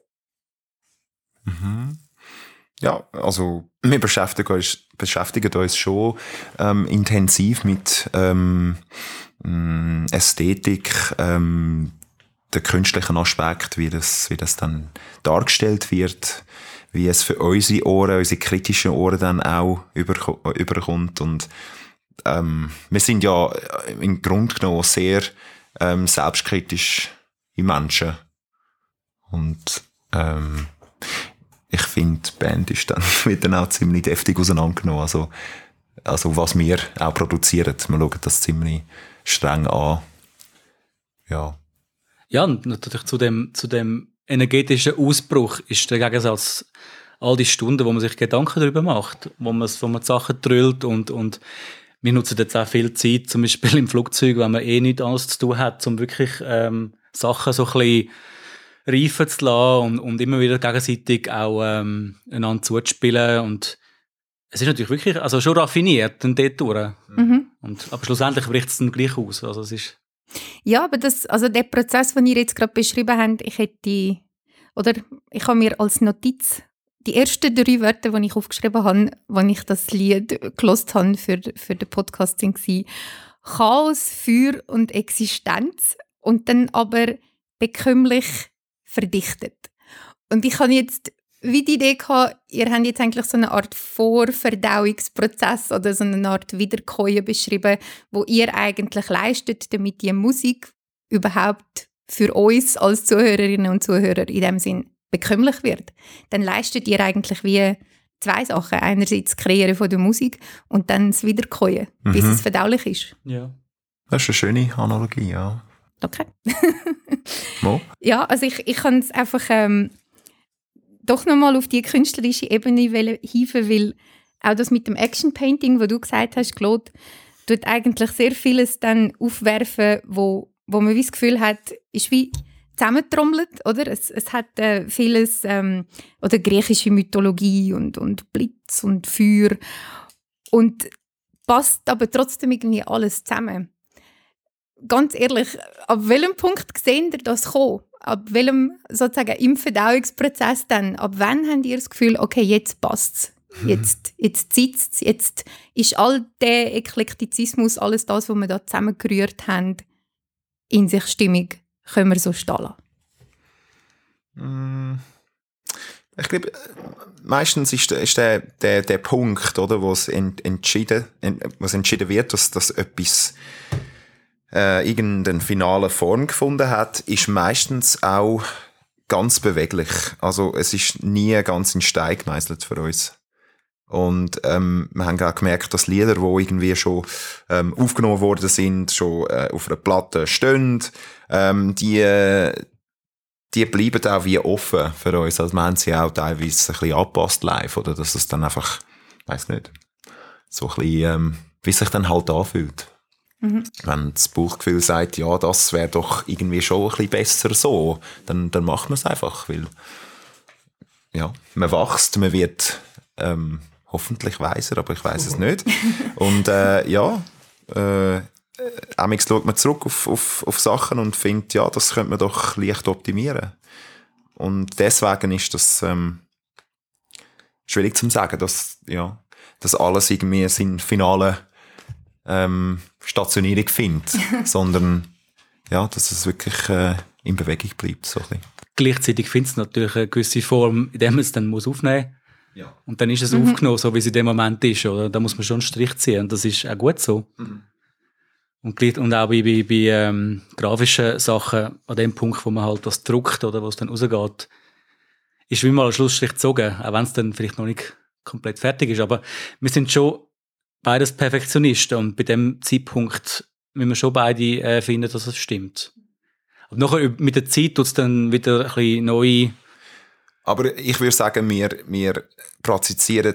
Mhm. Ja, also wir beschäftigen uns, beschäftigen uns schon ähm, intensiv mit ähm, mh, Ästhetik, ähm, der künstlichen Aspekt, wie das, wie das dann dargestellt wird, wie es für unsere Ohren, unsere kritischen Ohren dann auch überko- überkommt. Und ähm, wir sind ja im Grunde genommen sehr ähm, selbstkritisch im Menschen. Und ähm, ich finde, die Band ist dann, wird dann auch ziemlich deftig auseinandergenommen. Also, also was wir auch produzieren, wir schauen das ziemlich streng an. Ja. Ja, und natürlich zu dem, zu dem energetischen Ausbruch ist der Gegensatz all die Stunden, wo man sich Gedanken darüber macht, wo man, wo man die Sachen drüllt und, und wir nutzen jetzt auch viel Zeit, zum Beispiel im Flugzeug, wenn man eh nichts anderes zu tun hat, um wirklich ähm, Sachen so ein bisschen reifen zu lassen und, und immer wieder gegenseitig auch ähm, einander zuzuspielen. Und es ist natürlich wirklich also schon raffiniert dann dort durch. Mhm. Und, aber schlussendlich bricht es dann gleich aus. Also es ist Ja, aber das, also der Prozess, den ihr jetzt gerade beschrieben habt, ich hätte, oder ich habe mir als Notiz die ersten drei Wörter, die ich aufgeschrieben habe, als ich das Lied gehört habe für, für den Podcast, waren Chaos, Feuer und Existenz und dann aber bekömmlich verdichtet. Und ich habe jetzt wie die Idee gehabt, ihr habt jetzt eigentlich so eine Art Vorverdauungsprozess oder so eine Art Wiederkäuen beschrieben, wo ihr eigentlich leistet, damit die Musik überhaupt für uns als Zuhörerinnen und Zuhörer in dem Sinn bekömmlich wird. Dann leistet ihr eigentlich wie zwei Sachen. Einerseits das Kreieren von der Musik und dann das Wiederkäuen, mhm. bis es verdaulich ist. ja. Das ist eine schöne Analogie, ja. Okay. Mo? Ja, also ich, ich kann es einfach... Ähm, doch nochmal auf die künstlerische Ebene hieven, weil auch das mit dem Action-Painting, wo du gesagt hast, Claude, tut eigentlich sehr vieles dann aufwerfen, wo, wo man wie das Gefühl hat, ist wie zusammentrommelt, oder? Es, es hat äh, vieles, ähm, oder griechische Mythologie und, und Blitz und Feuer und passt aber trotzdem irgendwie alles zusammen. Ganz ehrlich, ab welchem Punkt seht ihr das kommen? Ab welchem, sozusagen, im Verdauungsprozess dann? Ab wann habt ihr das Gefühl, okay, jetzt passt es? Jetzt, jetzt sitzt es, jetzt ist all der Eklektizismus, alles das, was wir da zusammengerührt haben, in sich stimmig, können wir so stehen lassen? Ich glaube, meistens ist, der, ist der, der, der Punkt, oder, wo es ent, entschieden, ent, was entschieden wird, dass, dass etwas äh, irgendeine finale Form gefunden hat, ist meistens auch ganz beweglich. Also es ist nie ganz in Stein gemeißelt für uns. Und ähm, wir haben auch gemerkt, dass Lieder, die irgendwie schon ähm, aufgenommen worden sind, schon äh, auf einer Platte stehen, ähm, die, die bleiben auch wie offen für uns. Also wir haben sie auch teilweise ein bisschen angepasst live, oder dass es dann einfach, ich weiss nicht, so ein bisschen, ähm, wie sich dann halt anfühlt. Mhm. Wenn das Bauchgefühl sagt, ja, das wäre doch irgendwie schon ein bisschen besser so, dann, dann macht man es einfach, weil ja, man wächst, man wird ähm, hoffentlich weiser, aber ich weiss es nicht. Und äh, ja, äh, amigs schaut man zurück auf, auf, auf Sachen und findet, ja, das könnte man doch leicht optimieren. Und deswegen ist das ähm, schwierig zu sagen, dass, ja, dass alles irgendwie seinen finalen ähm, Stationierung findet, sondern ja, dass es wirklich äh, in Bewegung bleibt. So ein bisschen. Gleichzeitig findet es natürlich eine gewisse Form, in der man es dann muss aufnehmen muss. Ja. Und dann ist es mhm. aufgenommen, so wie es in dem Moment ist. Oder? Da muss man schon einen Strich ziehen und das ist auch gut so. Mhm. Und, und auch bei, bei, bei ähm, grafischen Sachen, an dem Punkt, wo man halt das druckt oder wo es dann rausgeht, ist wie mal ein Schlussstrich gezogen, auch wenn es dann vielleicht noch nicht komplett fertig ist. Aber wir sind schon beides Perfektionisten und bei dem Zeitpunkt müssen wir schon beide äh, finden, dass es stimmt. Und nachher mit der Zeit tut es dann wieder ein bisschen neu. Aber ich würde sagen, wir, wir praktizieren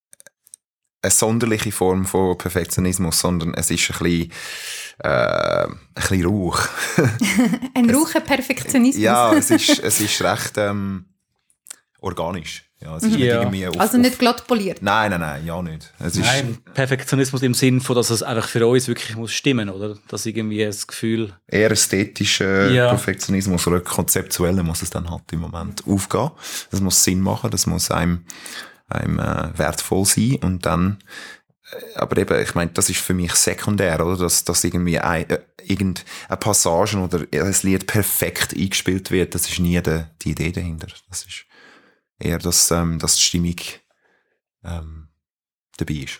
eine sonderliche Form von Perfektionismus, sondern es ist ein bisschen, äh, ein bisschen Rauch. Ein raucher Perfektionismus. Ja, es ist, es ist recht ähm, organisch. Ja, es ist ja. nicht irgendwie auf, also nicht glatt poliert? Nein, nein, nein, ja nicht. Es nein, ist Perfektionismus im Sinn von, dass es einfach für uns wirklich muss stimmen, oder? Dass irgendwie das Gefühl... Eher ästhetischer ja. Perfektionismus oder konzeptueller muss es dann halt im Moment aufgehen. Das muss Sinn machen, das muss einem, einem äh, wertvoll sein und dann... Äh, aber eben, ich meine, das ist für mich sekundär, oder? Dass, dass irgendwie ein, äh, irgendeine Passage oder ein Lied perfekt eingespielt wird, das ist nie de, die Idee dahinter. Das ist... eher, dass, ähm, dass die Stimmung ähm, dabei ist.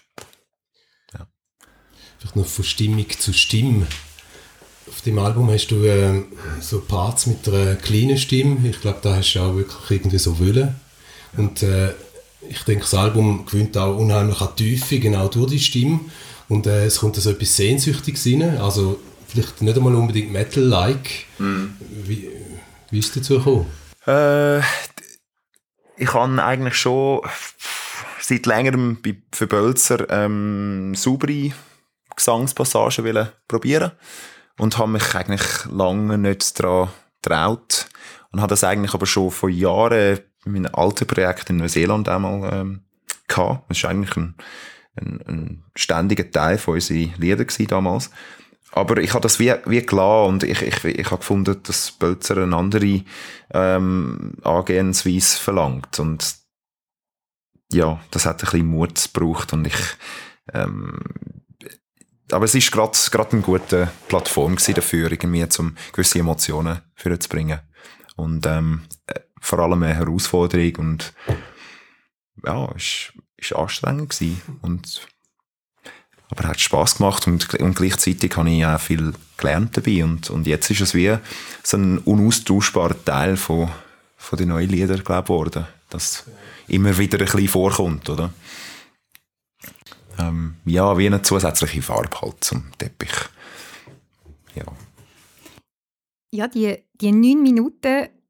Ja. Vielleicht noch von Stimmung zu Stimme. Auf dem Album hast du ähm, so Parts mit einer kleinen Stimme. Ich glaube, da hast du auch wirklich irgendwie so wollen. Und äh, ich denke, das Album gewinnt auch unheimlich an Tiefe, genau durch die Stimme. Und äh, es kommt so etwas Sehnsüchtiges rein. Also vielleicht nicht einmal unbedingt Metal-like. Mm. Wie, wie ist es dazu gekommen? Äh, Ich habe eigentlich schon seit längerem bei, für Bölzer ähm, saubere Gesangspassagen probieren und habe mich eigentlich lange nicht daran getraut und habe das eigentlich aber schon vor Jahren in meinem alten Projekt in Neuseeland einmal ähm, gehabt. Das war eigentlich ein, ein, ein ständiger Teil von unseren Liedern damals. Aber ich habe das wie, wie gelassen und ich, ich, ich habe gefunden, dass Bölzer eine andere ähm, Angehensweise verlangt. Und ja, das hat ein bisschen Mut gebraucht. Und ich, ähm, aber es war gerade eine gute Plattform dafür, irgendwie, um gewisse Emotionen vorzubringen. Und ähm, vor allem eine Herausforderung. Und ja, es war anstrengend gewesen. Und aber hat Spass gemacht und, und gleichzeitig habe ich auch viel gelernt dabei. Und, und jetzt ist es wie so ein unaustauschbarer Teil von, von den neuen Liedern geworden, das immer wieder ein bisschen vorkommt, oder? Ähm, ja, wie eine zusätzliche Farbe halt zum Teppich. Ja, ja die, die neun Minuten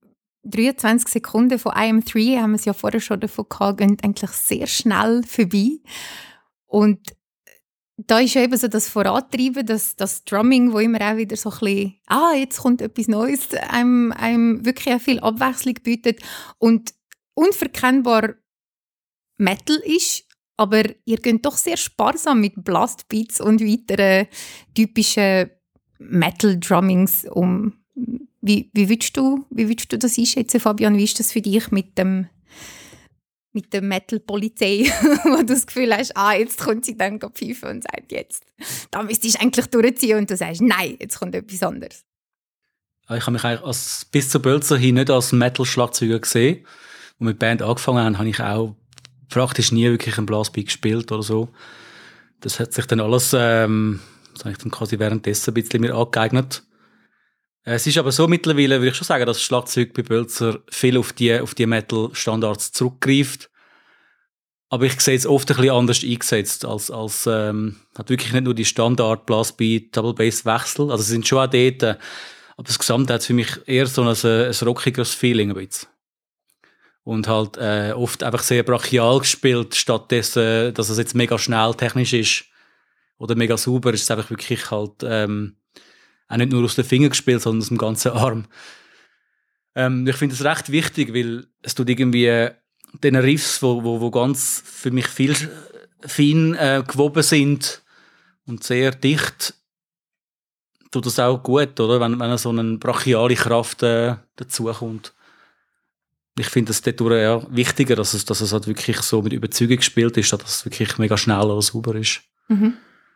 dreiundzwanzig Sekunden von I am drei, haben wir es ja vorher schon davon gehabt, gehen eigentlich sehr schnell vorbei. Und da ist ja eben so das Vorantreiben, das, das Drumming, wo immer auch wieder so ein bisschen, ah, jetzt kommt etwas Neues, einem, einem wirklich auch viel Abwechslung bietet und unverkennbar Metal ist, aber ihr geht doch sehr sparsam mit Blastbeats und weiteren typischen Metal-Drummings um. Wie, wie, willst du, wie willst du das einschätzen, Fabian? Wie ist das für dich mit dem, mit der Metal-Polizei, wo du das Gefühl hast, ah, jetzt kommt sie dann pfeifen und sagt, jetzt, da müsstest du eigentlich durchziehen und du sagst, nein, jetzt kommt etwas anderes. Ich habe mich eigentlich als, bis zu Bölzer hin nicht als Metal-Schlagzeuger gesehen. Als wir mit der Band angefangen haben, habe ich auch praktisch nie wirklich einen Blasbeat gespielt oder so. Das hat sich dann alles, ähm, das habe ich dann quasi währenddessen ein bisschen mir angeeignet. Es ist aber so mittlerweile, würde ich schon sagen, dass das Schlagzeug bei Bölzer viel auf die, auf die Metal-Standards zurückgreift. Aber ich sehe es oft ein bisschen anders eingesetzt, als, als ähm, hat wirklich nicht nur die Standard-Blastbeat, Double-Bass-Wechsel. Also sie sind schon auch dort, äh, aber das Gesamte hat für mich eher so ein, ein rockigeres Feeling ein bisschen. Und halt äh, oft einfach sehr brachial gespielt, stattdessen, dass es jetzt mega schnell technisch ist oder mega sauber, ist es einfach wirklich halt ähm, auch nicht nur aus den Fingern gespielt, sondern aus dem ganzen Arm. Ähm, ich finde es recht wichtig, weil es tut irgendwie den Riffs, wo, wo, wo ganz für mich viel fein äh, gewoben sind und sehr dicht, tut das auch gut, oder? Wenn, wenn so eine brachiale Kraft äh, dazukommt. Ich finde es dort ja wichtiger, dass es, dass es halt wirklich so mit Überzeugung gespielt ist, dass es wirklich mega schnell oder sauber ist. Mhm.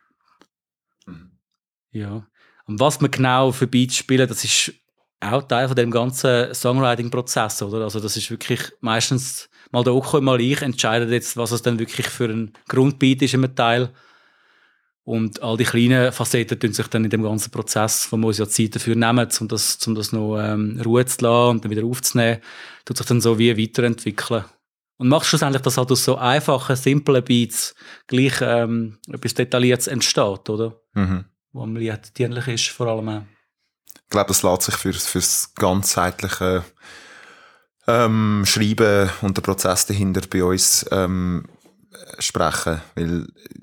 Ja. Und was wir genau für Beats spielen, das ist auch Teil von dem ganzen Songwriting-Prozess, oder? Also das ist wirklich meistens mal der Oko, mal ich entscheiden jetzt, was es dann wirklich für ein Grundbeat ist in einem Teil. Und all die kleinen Facetten tun sich dann in dem ganzen Prozess, wo wir uns ja Zeit dafür nehmen, um das, um das noch ähm, Ruhe zu lassen und dann wieder aufzunehmen, tut sich dann so wie weiterentwickeln. Und machst schlussendlich, dass halt aus so einfachen, simplen Beats gleich ähm, etwas Detailliertes entsteht, oder? Mhm. Wo am Lied dienlich ist, vor allem auch. Ich glaube, das lässt sich für, für das ganzheitliche ähm, Schreiben und der Prozess dahinter bei uns ähm, sprechen, weil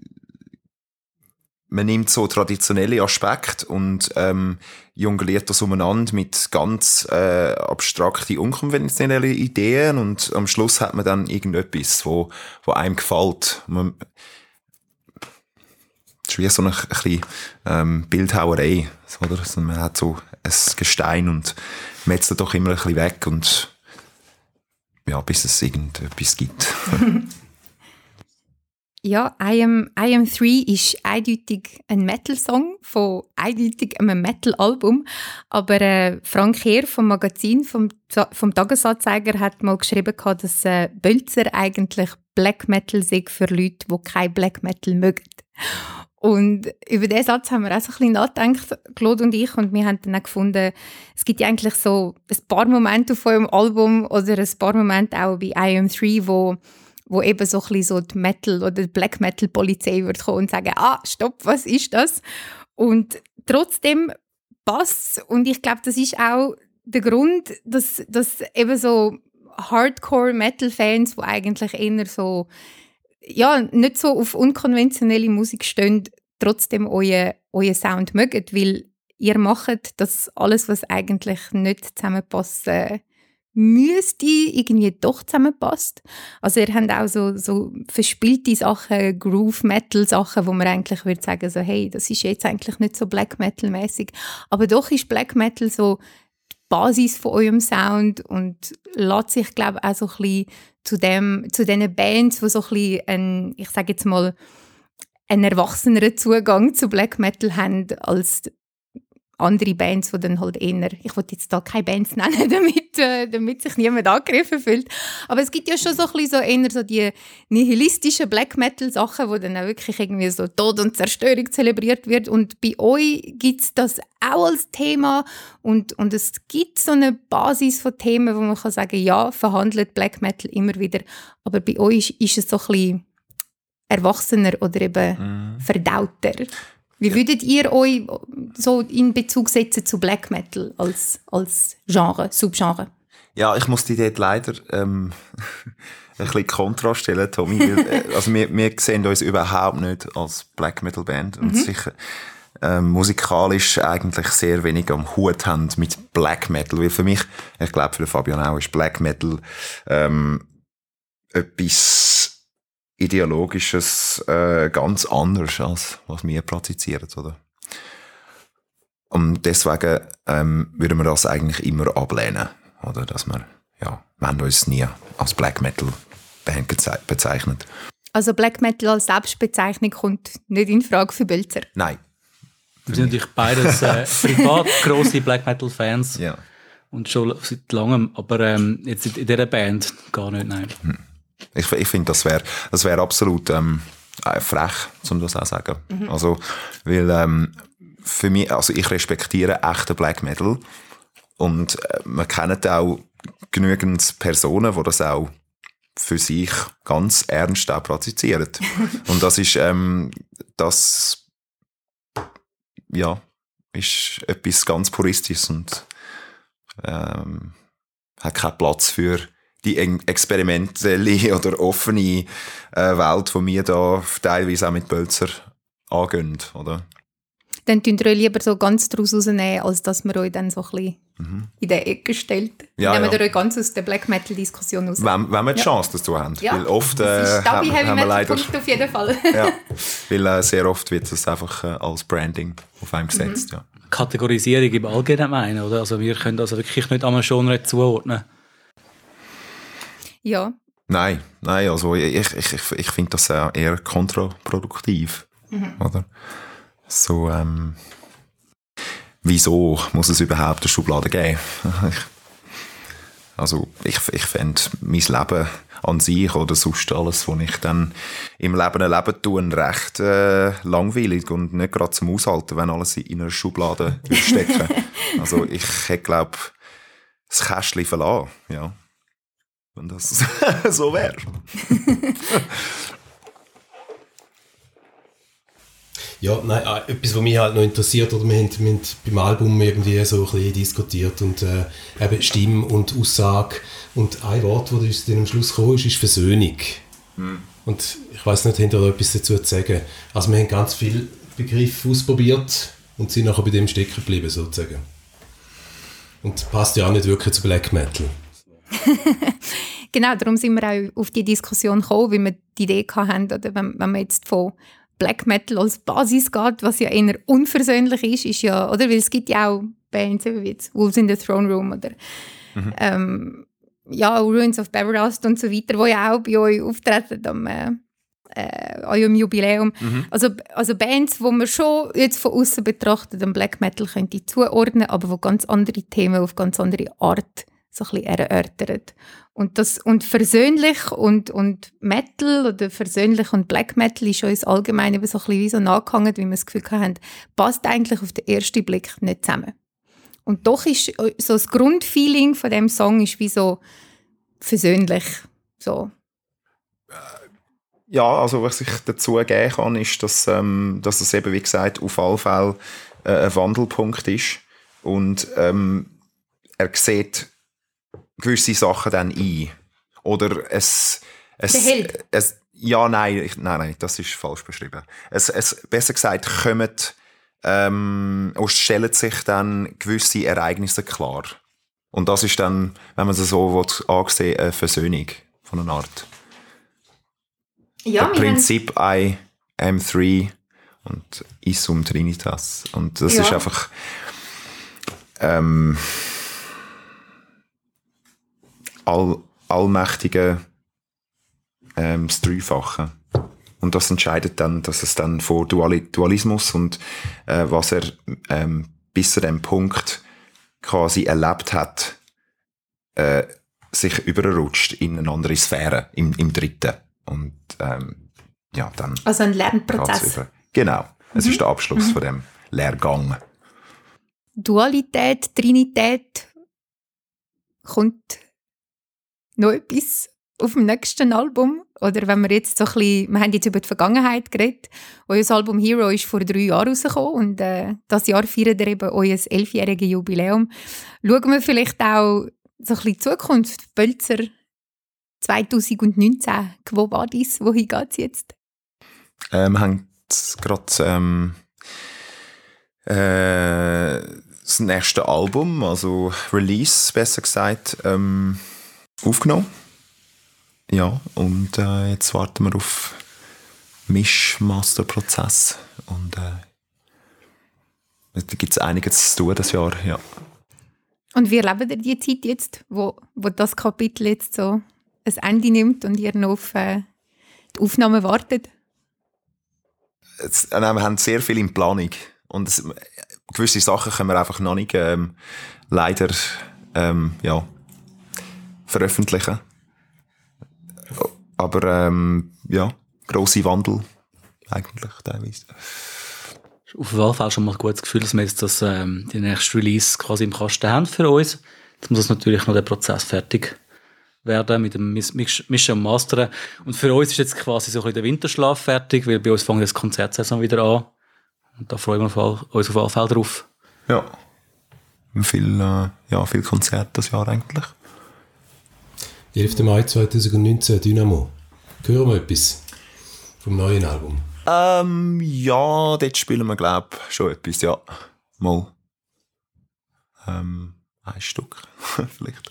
man nimmt so traditionelle Aspekte und ähm, jongliert das umeinander mit ganz äh, abstrakten, unkonventionellen Ideen und am Schluss hat man dann irgendetwas, wo, wo einem gefällt. Man, das ist wie so eine, ein bisschen ähm, Bildhauerei, oder? Also man hat so ein Gestein und metzelt doch immer ein bisschen weg und ja, bis es irgendetwas gibt. Ja, I am, I am drei ist eindeutig ein Metal-Song von eindeutig einem Metal-Album. Aber äh, Frank Heer vom Magazin, vom, vom Tagesanzeiger, hat mal geschrieben, dass äh, Bölzer eigentlich Black Metal sei für Leute, die kein Black Metal mögen. Und über diesen Satz haben wir auch so ein bisschen nachgedacht, Claude und ich, und wir haben dann auch gefunden, es gibt ja eigentlich so ein paar Momente auf eurem Album oder ein paar Momente auch bei I am drei, wo wo eben so ein bisschen so die Metal- oder die Black-Metal-Polizei würde kommen und sagen, ah, stopp, was ist das? Und trotzdem passt es. Und ich glaube, das ist auch der Grund, dass, dass eben so Hardcore-Metal-Fans, die eigentlich eher so, ja, nicht so auf unkonventionelle Musik stehen, trotzdem euren euer Sound mögen, weil ihr macht das alles, was eigentlich nicht zusammenpasst, äh, müsste irgendwie doch zusammenpasst. Also ihr habt auch so, so verspielte Sachen, Groove-Metal-Sachen, wo man eigentlich würde sagen, so, hey, das ist jetzt eigentlich nicht so Black-Metal-mäßig. Aber doch ist Black Metal so die Basis von eurem Sound und lässt sich, glaube ich, auch so ein bisschen zu, dem, zu diesen Bands, die so ein bisschen, ein, ich sage jetzt mal, einen erwachseneren Zugang zu Black Metal haben als andere Bands, die dann halt eher, ich will jetzt da keine Bands nennen, damit, äh, damit sich niemand angegriffen fühlt. Aber es gibt ja schon so ein bisschen so eher so die nihilistischen Black Metal Sachen, wo dann auch wirklich irgendwie so Tod und Zerstörung zelebriert wird. Und bei euch gibt es das auch als Thema und, und es gibt so eine Basis von Themen, wo man kann sagen, ja, verhandelt Black Metal immer wieder. Aber bei euch ist es so ein bisschen erwachsener oder eben mm. verdauter. Wie würdet ihr euch so in Bezug setzen zu Black Metal als, als Genre, Subgenre? Ja, ich muss dich dort leider ähm, ein bisschen Kontra stellen, Tommy. Weil, äh, also wir, wir sehen uns überhaupt nicht als Black Metal Band und Mhm. sicher ähm, musikalisch eigentlich sehr wenig am Hut haben mit Black Metal. Weil für mich, ich glaube für den Fabian auch, ist Black Metal ähm, etwas Ideologisches äh, ganz anders als was wir praktizieren, oder? Und deswegen ähm, würden wir das eigentlich immer ablehnen. Oder dass wir, ja, wir haben uns nie als Black Metal Band geze- bezeichnet. Also Black Metal als Selbstbezeichnung kommt nicht in Frage für Bölzer. Nein. Wir sind natürlich beides äh, privat grosse Black Metal Fans Ja. und schon seit langem, aber ähm, jetzt in dieser Band gar nicht, nein. Ich, ich finde, das wäre das wär absolut ähm, äh, frech, um das auch zu sagen. Mhm. Also, weil ähm, für mich, also ich respektiere echten Black Metal und äh, man kennt auch genügend Personen, die das auch für sich ganz ernst auch praktizieren. Und das ist, ähm, das, ja, ist etwas ganz Puristisches und ähm, hat keinen Platz für die experimentelle oder offene äh, Welt, die wir da teilweise auch mit Bölzer angehen, oder? Dann tun wir euch lieber so ganz daraus rausnehmen, als dass man euch dann so ein bisschen Mhm. in die Ecke stellt. Ja, Nehmen wir ja. euch ganz aus der Black Metal-Diskussion raus. Wenn, wenn wir die Ja. Chance dazu haben. Ja, Weil oft, äh, das ist Stabi haben, Heavy haben wir Metal leider, Punkt auf jeden Fall. ja, weil äh, sehr oft wird das einfach äh, als Branding auf einem gesetzt. Ja. Kategorisierung im Allgemeinen, oder? Also wir können das wirklich nicht einem Genre zuordnen. Ja, Nein, nein, also ich, ich, ich, ich finde das äh, eher kontraproduktiv. Oder? So, ähm, wieso muss es überhaupt eine Schublade geben? Also ich, ich fände mein Leben an sich oder sonst alles, was ich dann im Leben erleben tue, recht äh, langweilig und nicht gerade zum Aushalten, wenn alles in einer Schublade stecken. Also ich hätte, glaube das Kästchen verlassen, ja. Wenn das so wäre. Ja, nein, äh, etwas, was mich halt noch interessiert, oder wir haben, wir haben beim Album irgendwie so ein bisschen diskutiert und äh, eben Stimme und Aussage und ein Wort, das uns dann am Schluss gekommen ist, ist Versöhnung. Mhm. Und ich weiss nicht, habt ihr da etwas dazu zu sagen? Also wir haben ganz viele Begriffe ausprobiert und sind nachher bei dem stecken geblieben, sozusagen. Und passt ja auch nicht wirklich zu Black Metal. genau, darum sind wir auch auf die Diskussion gekommen, weil wir die Idee hatten, oder wenn, wenn man jetzt von Black Metal als Basis geht, was ja eher unversöhnlich ist, ist ja, oder? Weil es gibt ja auch Bands wie jetzt Wolves in the Throne Room oder Mhm. ähm, ja, Ruins of Beverast und so weiter, die ja auch bei euch auftreten am äh, äh, eurem Jubiläum. Mhm. Also, also Bands, die man schon jetzt von außen betrachtet am Black Metal könnte zuordnen, aber wo ganz andere Themen auf ganz andere Art so ein bisschen erörtern. Und, das, und versöhnlich und, und Metal oder versöhnlich und Black Metal ist uns allgemein eben so ein bisschen wie so nachgehangen, wie wir das Gefühl haben, passt eigentlich auf den ersten Blick nicht zusammen. Und doch ist so das Grundfeeling von dem Song ist wie so versöhnlich. So. Ja, also was ich dazu geben kann, ist, dass, ähm, dass das eben, wie gesagt, auf alle Fälle äh, ein Wandelpunkt ist. Und ähm, er sieht gewisse Sachen dann ein. Oder es... es, Behält. es ja, nein, ich, nein, nein, das ist falsch beschrieben. Es, es, besser gesagt, kommen, ähm, und stellen sich dann gewisse Ereignisse klar. Und das ist dann, wenn man es so will, angesehen, eine Versöhnung von einer Art. Ja, Das Prinzip I am three und Isum Trinitas. Und das Ja. ist einfach ähm, all, allmächtige ähm, das Dreifache. Und das entscheidet dann, dass es dann vor Duali- Dualismus und äh, was er ähm, bis zu dem Punkt quasi erlebt hat, äh, sich überrutscht in eine andere Sphäre, im, im dritten. Und ähm, ja, dann Also ein geht's Lernprozess. über. Genau, es Mhm. ist der Abschluss von dem Lehrgang. Dualität, Trinität, kommt noch etwas auf dem nächsten Album? Oder wenn wir jetzt so ein bisschen, wir haben jetzt über die Vergangenheit geredet, euer Album Hero ist vor drei Jahren rausgekommen und äh, das Jahr feiert ihr eben euer elfjähriges Jubiläum. Schauen wir vielleicht auch so ein bisschen Zukunft, Bölzer zwanzig neunzehn, wo war dies, wohin geht es jetzt? Äh, wir haben gerade ähm, äh, das nächste Album, also Release, besser gesagt, ähm, aufgenommen. Ja, und äh, jetzt warten wir auf Mischmasterprozess und äh, da gibt es einiges zu tun das Jahr, ja. Und wie erlebt ihr die Zeit jetzt, wo, wo das Kapitel jetzt so ein Ende nimmt und ihr noch auf äh, die Aufnahme wartet? Jetzt, äh, wir haben sehr viel in Planung und es, gewisse Sachen können wir einfach noch nicht ähm, leider ähm, ja, veröffentlichen. Aber ähm, ja, grosse Wandel eigentlich teilweise. Auf jeden Fall schon mal ein gutes Gefühl, dass wir jetzt das, ähm, die nächste Release quasi im Kasten haben für uns. Jetzt muss natürlich noch der Prozess fertig werden mit dem Mischen und Mastern. Und für uns ist jetzt quasi so ein bisschen der Winterschlaf fertig, weil bei uns fängt das Konzertsaison wieder an. Und da freuen wir uns auf alle Fälle drauf. Ja, viel, äh, ja, viel Konzert das Jahr eigentlich. elfter Mai zweitausendneunzehn, Dynamo. Hören wir etwas vom neuen Album? Ähm, ja, dort spielen wir, glaube ich, schon etwas, ja. Mal. Ähm, ein Stück, vielleicht.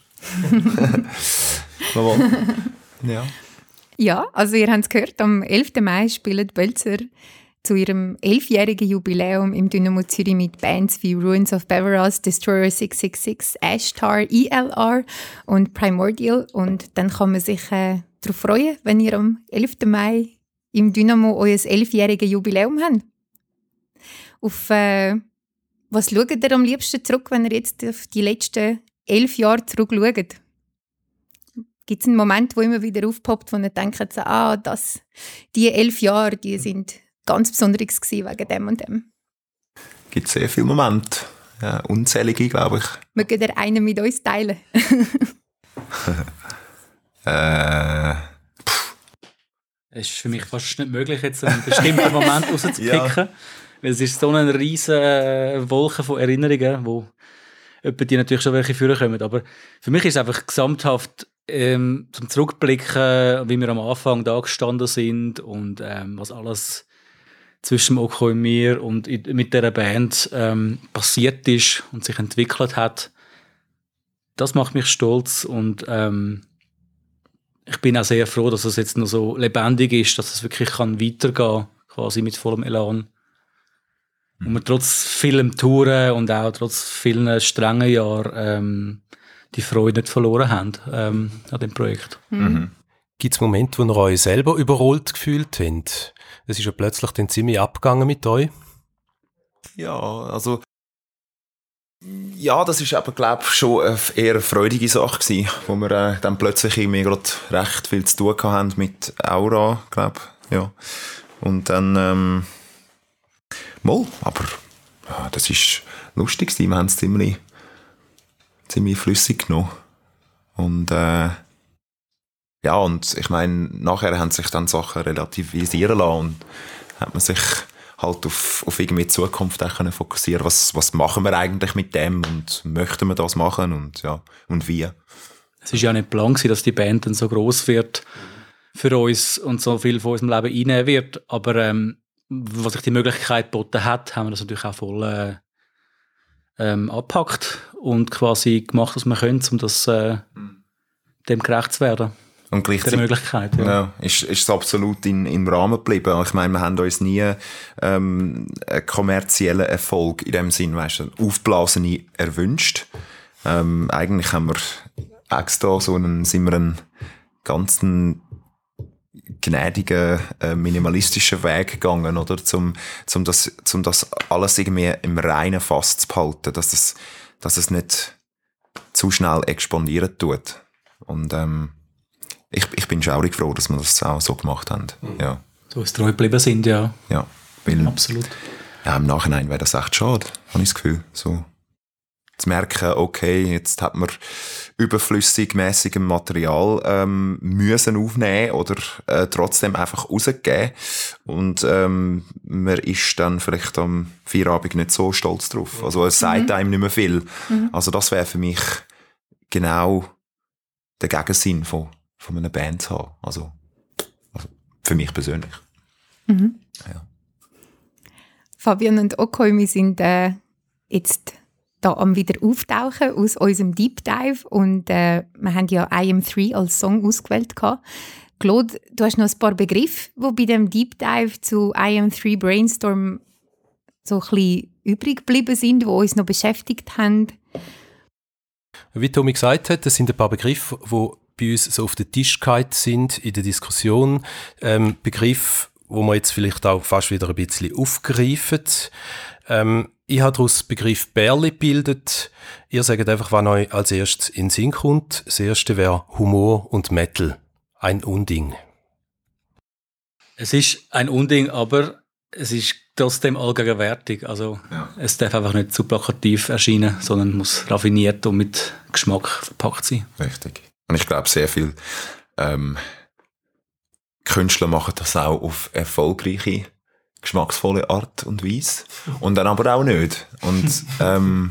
Mal, mal. Ja. Ja, also ihr habt es gehört, am elften Mai spielen die Bölzer zu ihrem elfjährigen Jubiläum im Dynamo Zürich mit Bands wie Ruins of Beveras, Destroyer sechs sechs sechs, Ashtar, E L R und Primordial. Und dann kann man sich äh, darauf freuen, wenn ihr am elften Mai im Dynamo euer elfjähriges Jubiläum habt. Auf äh, was schaut ihr am liebsten zurück, wenn ihr jetzt auf die letzten elf Jahre zurückschaut? Gibt es einen Moment, wo immer wieder aufpoppt, wo ihr denkt, so, ah, das, die elf Jahre, die sind ganz besonderes gewesen wegen dem und dem? Es gibt sehr viele Momente. Ja, unzählige, glaube ich. Mögt ihr einen mit uns teilen? äh... Es ist für mich fast nicht möglich, jetzt einen bestimmten Moment rauszupicken. Ja. Weil es ist so eine riesige Wolke von Erinnerungen, wo etwa die natürlich schon welche vorkommen. Aber für mich ist es einfach gesamthaft ähm, zum Zurückblicken, wie wir am Anfang da gestanden sind und ähm, was alles zwischen Oko und mir und mit dieser Band ähm, passiert ist und sich entwickelt hat. Das macht mich stolz und ähm, ich bin auch sehr froh, dass es jetzt noch so lebendig ist, dass es wirklich kann weitergehen, quasi mit vollem Elan. Mhm. Und wir trotz vielem Touren und auch trotz vielen strengen Jahren ähm, die Freude nicht verloren haben ähm, an dem Projekt. Mhm. Gibt es Momente, wo ihr euch selber überrollt gefühlt habt? Es ist ja plötzlich dann ziemlich abgegangen mit euch. Ja, also ja, das ist aber, glaube ich, schon eine eher eine freudige Sache gewesen, wo wir äh, dann plötzlich irgendwie gerade recht viel zu tun hatten mit Aura, glaube ich, ja. Und dann, ähm, mal, aber ja, das ist lustig gewesen, wir haben es ziemlich, ziemlich flüssig genommen. Und, äh, ja, und ich meine, nachher haben sich dann Sachen relativisieren lassen und hat man sich halt auf, auf irgendwie die Zukunft auch können fokussieren. Was, was machen wir eigentlich mit dem und möchten wir das machen und ja, und wie? Es war ja nicht Plan gewesen, dass die Band dann so gross wird für uns und so viel von unserem Leben einnehmen wird, aber ähm, was sich die Möglichkeit geboten hat, haben wir das natürlich auch voll äh, ähm, abgepackt und quasi gemacht, was wir können, um das, äh, dem gerecht zu werden. Und gleichzeitig Möglichkeit, ja. Ja, ist, ist es absolut in, im Rahmen geblieben. Ich meine, wir haben uns nie ähm, einen kommerziellen Erfolg in dem Sinn, weißt du, aufblasene erwünscht. Ähm, eigentlich haben wir extra so einen, sind wir einen ganzen gnädigen, äh, minimalistischen Weg gegangen, oder? Zum, zum, das, zum das alles irgendwie im reinen Fass zu behalten, dass es, dass es nicht zu schnell expandieren tut. Und, ähm, Ich, ich bin schaurig froh, dass wir das auch so gemacht haben. Mhm. Ja. So es treu geblieben sind, ja. Ja, weil, absolut. Ja, im Nachhinein wäre das echt schade, habe ich das Gefühl. So, zu merken, okay, jetzt hat man überflüssig mäßigem Material ähm, müssen aufnehmen oder äh, trotzdem einfach rausgeben. Und ähm, man ist dann vielleicht am Feierabend nicht so stolz drauf. Also es sagt mhm. einem nicht mehr viel. Mhm. Also das wäre für mich genau den Gegensinn von, von einer Band zu haben. Also, also für mich persönlich. Mhm. Ja. Fabian und Okoy, wir sind äh, jetzt da am wieder auftauchen aus unserem Deep Dive und äh, wir haben ja I Am Three als Song ausgewählt gehabt. Claude, du hast noch ein paar Begriffe, die bei dem Deep Dive zu I Am Three Brainstorm so ein bisschen übrig geblieben sind, die uns noch beschäftigt haben. Wie Tommy gesagt hat, das sind ein paar Begriffe, die bei uns so auf den Tisch gefallen sind in der Diskussion. Ähm, Begriffe, wo wir jetzt vielleicht auch fast wieder ein bisschen aufgreifen. Ähm, ich habe daraus den Begriff Bärli gebildet. Ihr sagt einfach, was euch als erstes in den Sinn kommt. Das erste wäre Humor und Metal. Ein Unding. Es ist ein Unding, aber es ist trotzdem allgegenwärtig. Also Ja. es darf einfach nicht zu plakativ erscheinen, sondern muss raffiniert und mit Geschmack verpackt sein. Richtig. Und ich glaube, sehr viele ähm, Künstler machen das auch auf erfolgreiche, geschmacksvolle Art und Weise. Und dann aber auch nicht. Und ähm,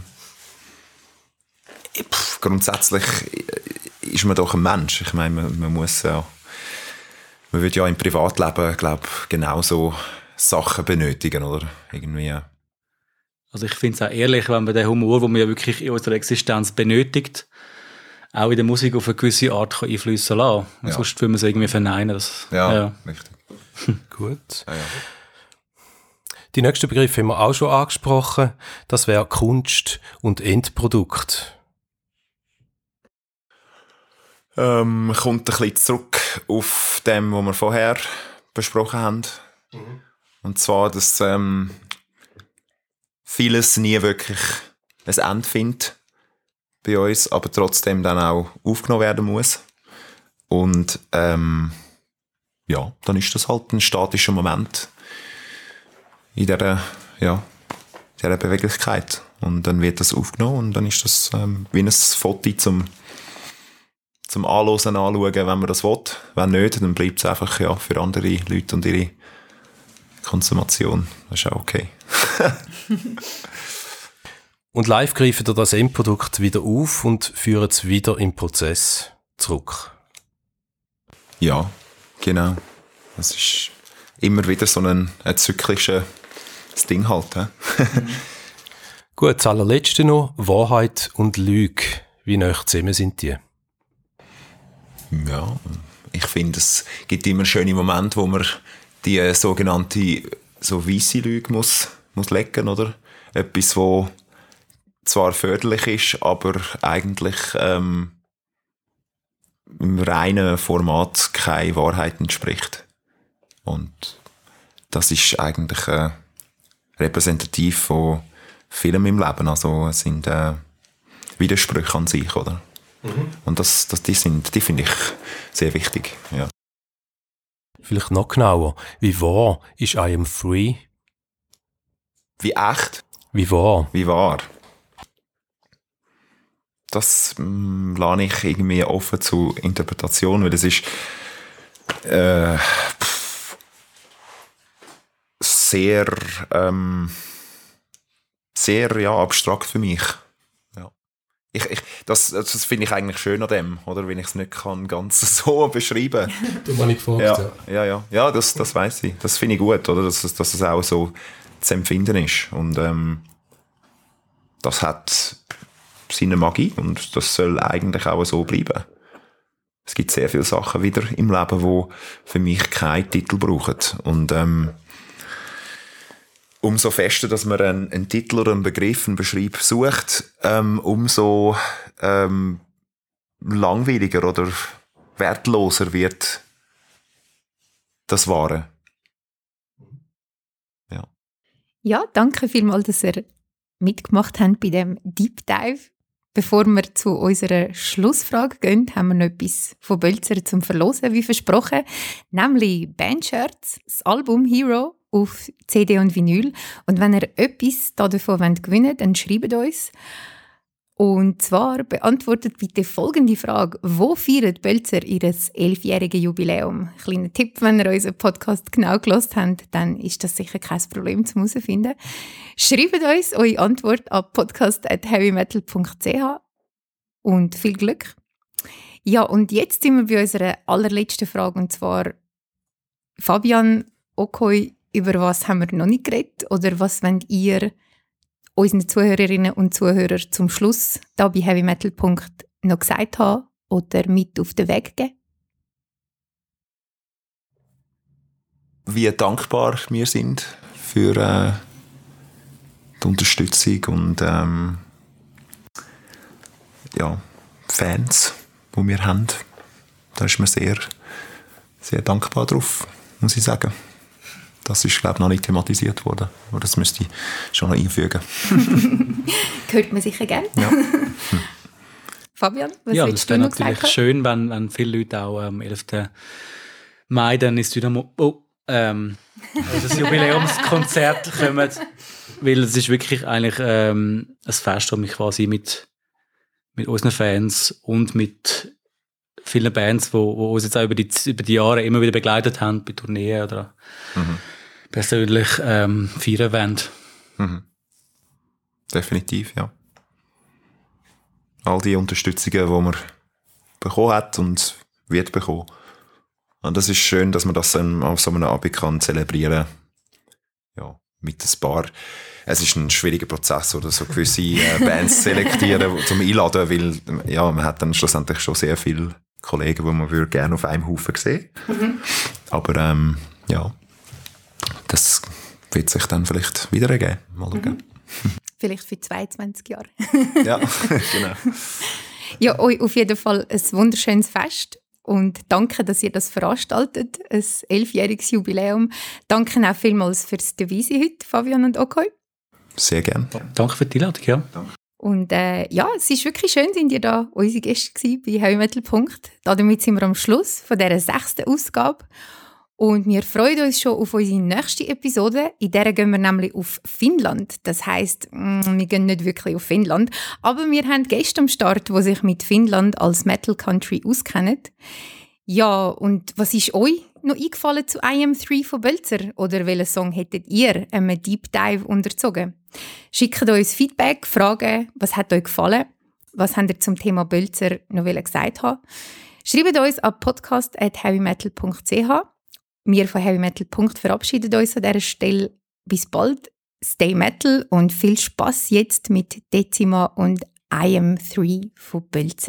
pff, grundsätzlich ist man doch ein Mensch. Ich meine, man, man muss ja, man würde ja im Privatleben, glaube ich, genauso Sachen benötigen, oder? Irgendwie. Also ich finde es auch ehrlich, wenn man den Humor, den man ja wirklich in unserer Existenz benötigt, auch in der Musik auf eine gewisse Art kann einfließen lassen. Und Ja. sonst will man es irgendwie verneinen. Das, Ja, ja. richtig. Gut. Ja, ja. Die nächsten Begriffe haben wir auch schon angesprochen. Das wäre Kunst und Endprodukt. Ähm, kommt ein bisschen zurück auf dem, was wir vorher besprochen haben. Mhm. Und zwar, dass ähm, vieles nie wirklich ein Ende findet bei uns, aber trotzdem dann auch aufgenommen werden muss. Und ähm, ja, dann ist das halt ein statischer Moment in dieser, ja, dieser Beweglichkeit. Und dann wird das aufgenommen und dann ist das ähm, wie ein Foto zum zum Anhören, anschauen, wenn man das will. Wenn nicht, dann bleibt es einfach ja, für andere Leute und ihre Konsumation. Das ist auch okay. Und live greifen ihr das Endprodukt wieder auf und führen es wieder im Prozess zurück. Ja, genau. Das ist immer wieder so ein, ein zyklisches Ding halt. He? Gut, das allerletzte noch, Wahrheit und Lüge. Wie nah zusammen sind die? Ja, ich finde, es gibt immer schöne Momente, wo man die äh, sogenannte so weisse Lüge muss, muss legen, oder? Etwas, wo zwar förderlich ist, aber eigentlich ähm, im reinen Format keine Wahrheit entspricht. Und das ist eigentlich äh, repräsentativ von vielem im Leben. Also es sind äh, Widersprüche an sich, oder? Mhm. Und das, das, die, sind, die finde ich sehr wichtig. Ja. Vielleicht noch genauer. Wie wahr ist I Am Three? Wie echt? Wie wahr? Wie wahr? Das mh, lasse ich irgendwie offen zur Interpretation, weil das ist äh, pff, sehr ähm, sehr ja, abstrakt für mich. Ja. Ich, ich, das das finde ich eigentlich schön an dem, oder? Wenn ich es nicht kann, ganz so beschreiben. Du hast nicht gefragt, ja, ja, ja, ja, das, das weiss ich. Das finde ich gut, oder? Dass, es- dass es auch so zu empfinden ist. Und ähm, das hat seine Magie und das soll eigentlich auch so bleiben. Es gibt sehr viele Sachen wieder im Leben, die für mich keinen Titel brauchen. Und ähm, umso fester, dass man einen, einen Titel oder einen Begriff, einen Beschreib sucht, ähm, umso ähm, langweiliger oder wertloser wird das Wahre. Ja. Ja, danke vielmals, dass ihr mitgemacht habt bei dem Deep Dive. Bevor wir zu unserer Schlussfrage gehen, haben wir noch etwas von Bölzer zum Verlosen, wie versprochen, nämlich Bandshirts, das Album Hero auf C D und Vinyl. Und wenn ihr etwas davon gewinnen wollt, dann schreibt uns. Und zwar beantwortet bitte folgende Frage: Wo feiert Bölzer ihr elfjähriges Jubiläum? Kleiner Tipp, wenn ihr unseren Podcast genau gehört habt, dann ist das sicher kein Problem zum herausfinden. Schreibt uns eure Antwort an podcast at heavymetal punkt c h und viel Glück. Ja, und jetzt sind wir bei unserer allerletzten Frage, und zwar Fabian, Okoi, über was haben wir noch nicht geredet oder was wollt ihr unseren Zuhörerinnen und Zuhörern zum Schluss da bei Heavy Metal Punkt noch gesagt haben oder mit auf den Weg geben? Wie dankbar wir sind für äh, die Unterstützung und ähm, ja, Fans, die wir haben. Da ist man sehr, sehr dankbar drauf, muss ich sagen. Das ist, glaube ich, noch nicht thematisiert worden. Aber das müsste ich schon noch einfügen. Hört man sicher gerne. Ja. Fabian, was ja, willst das wäre du noch natürlich sagen? schön, wenn, wenn viele Leute auch am elften Mai dann ins Dynamo oh, ähm, also das Jubiläumskonzert kommen. Weil es ist wirklich eigentlich ähm, ein Fest, das mich quasi mit, mit unseren Fans und mit vielen Bands, die uns jetzt auch über die, über die Jahre immer wieder begleitet haben, bei Tourneen oder Mhm. persönlich ähm, feiern wollen. Mhm. Definitiv, ja. All die Unterstützungen, die man bekommen hat und wird bekommen. Und das ist schön, dass man das dann auf so einem Abend kann zelebrieren. Ja, mit ein paar. Es ist ein schwieriger Prozess, oder so gewisse äh, Bands selektieren zum Einladen, weil ja, man hat dann schlussendlich schon sehr viele Kollegen, die man würde gerne auf einem Haufen sehen. Mhm. Aber ähm, ja, das wird sich dann vielleicht wieder ergeben. Mal schauen. Mhm. Vielleicht für zweiundzwanzig Jahre. Ja, genau. Ja, euch auf jeden Fall ein wunderschönes Fest. Und danke, dass ihr das veranstaltet, ein elfjähriges Jubiläum. Danke auch vielmals fürs Dabeisein heute, Fabian und Okoi. Sehr gerne. Danke für die Einladung, ja. Und äh, ja, es ist wirklich schön, sind ihr da unsere Gäste gewesen bei Heavy Metal Punkt. Damit sind wir am Schluss von dieser sechsten Ausgabe. Und wir freuen uns schon auf unsere nächste Episode. In der gehen wir nämlich auf Finnland. Das heisst, wir gehen nicht wirklich auf Finnland, aber wir haben Gäste am Start, die sich mit Finnland als Metal Country auskennen. Ja, und was ist euch noch eingefallen zu I am drei von Bölzer? Oder welchen Song hättet ihr einem Deep Dive unterzogen? Schickt uns Feedback, Fragen, was hat euch gefallen? Was habt ihr zum Thema Bölzer noch gesagt haben? Schreibt uns an podcast at heavymetal punkt c h. Wir von Heavy Metal Punkt verabschieden uns an dieser Stelle. Bis bald, stay metal und viel Spass jetzt mit Decima und I am drei von Bölzer.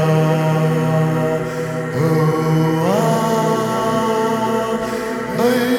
Hey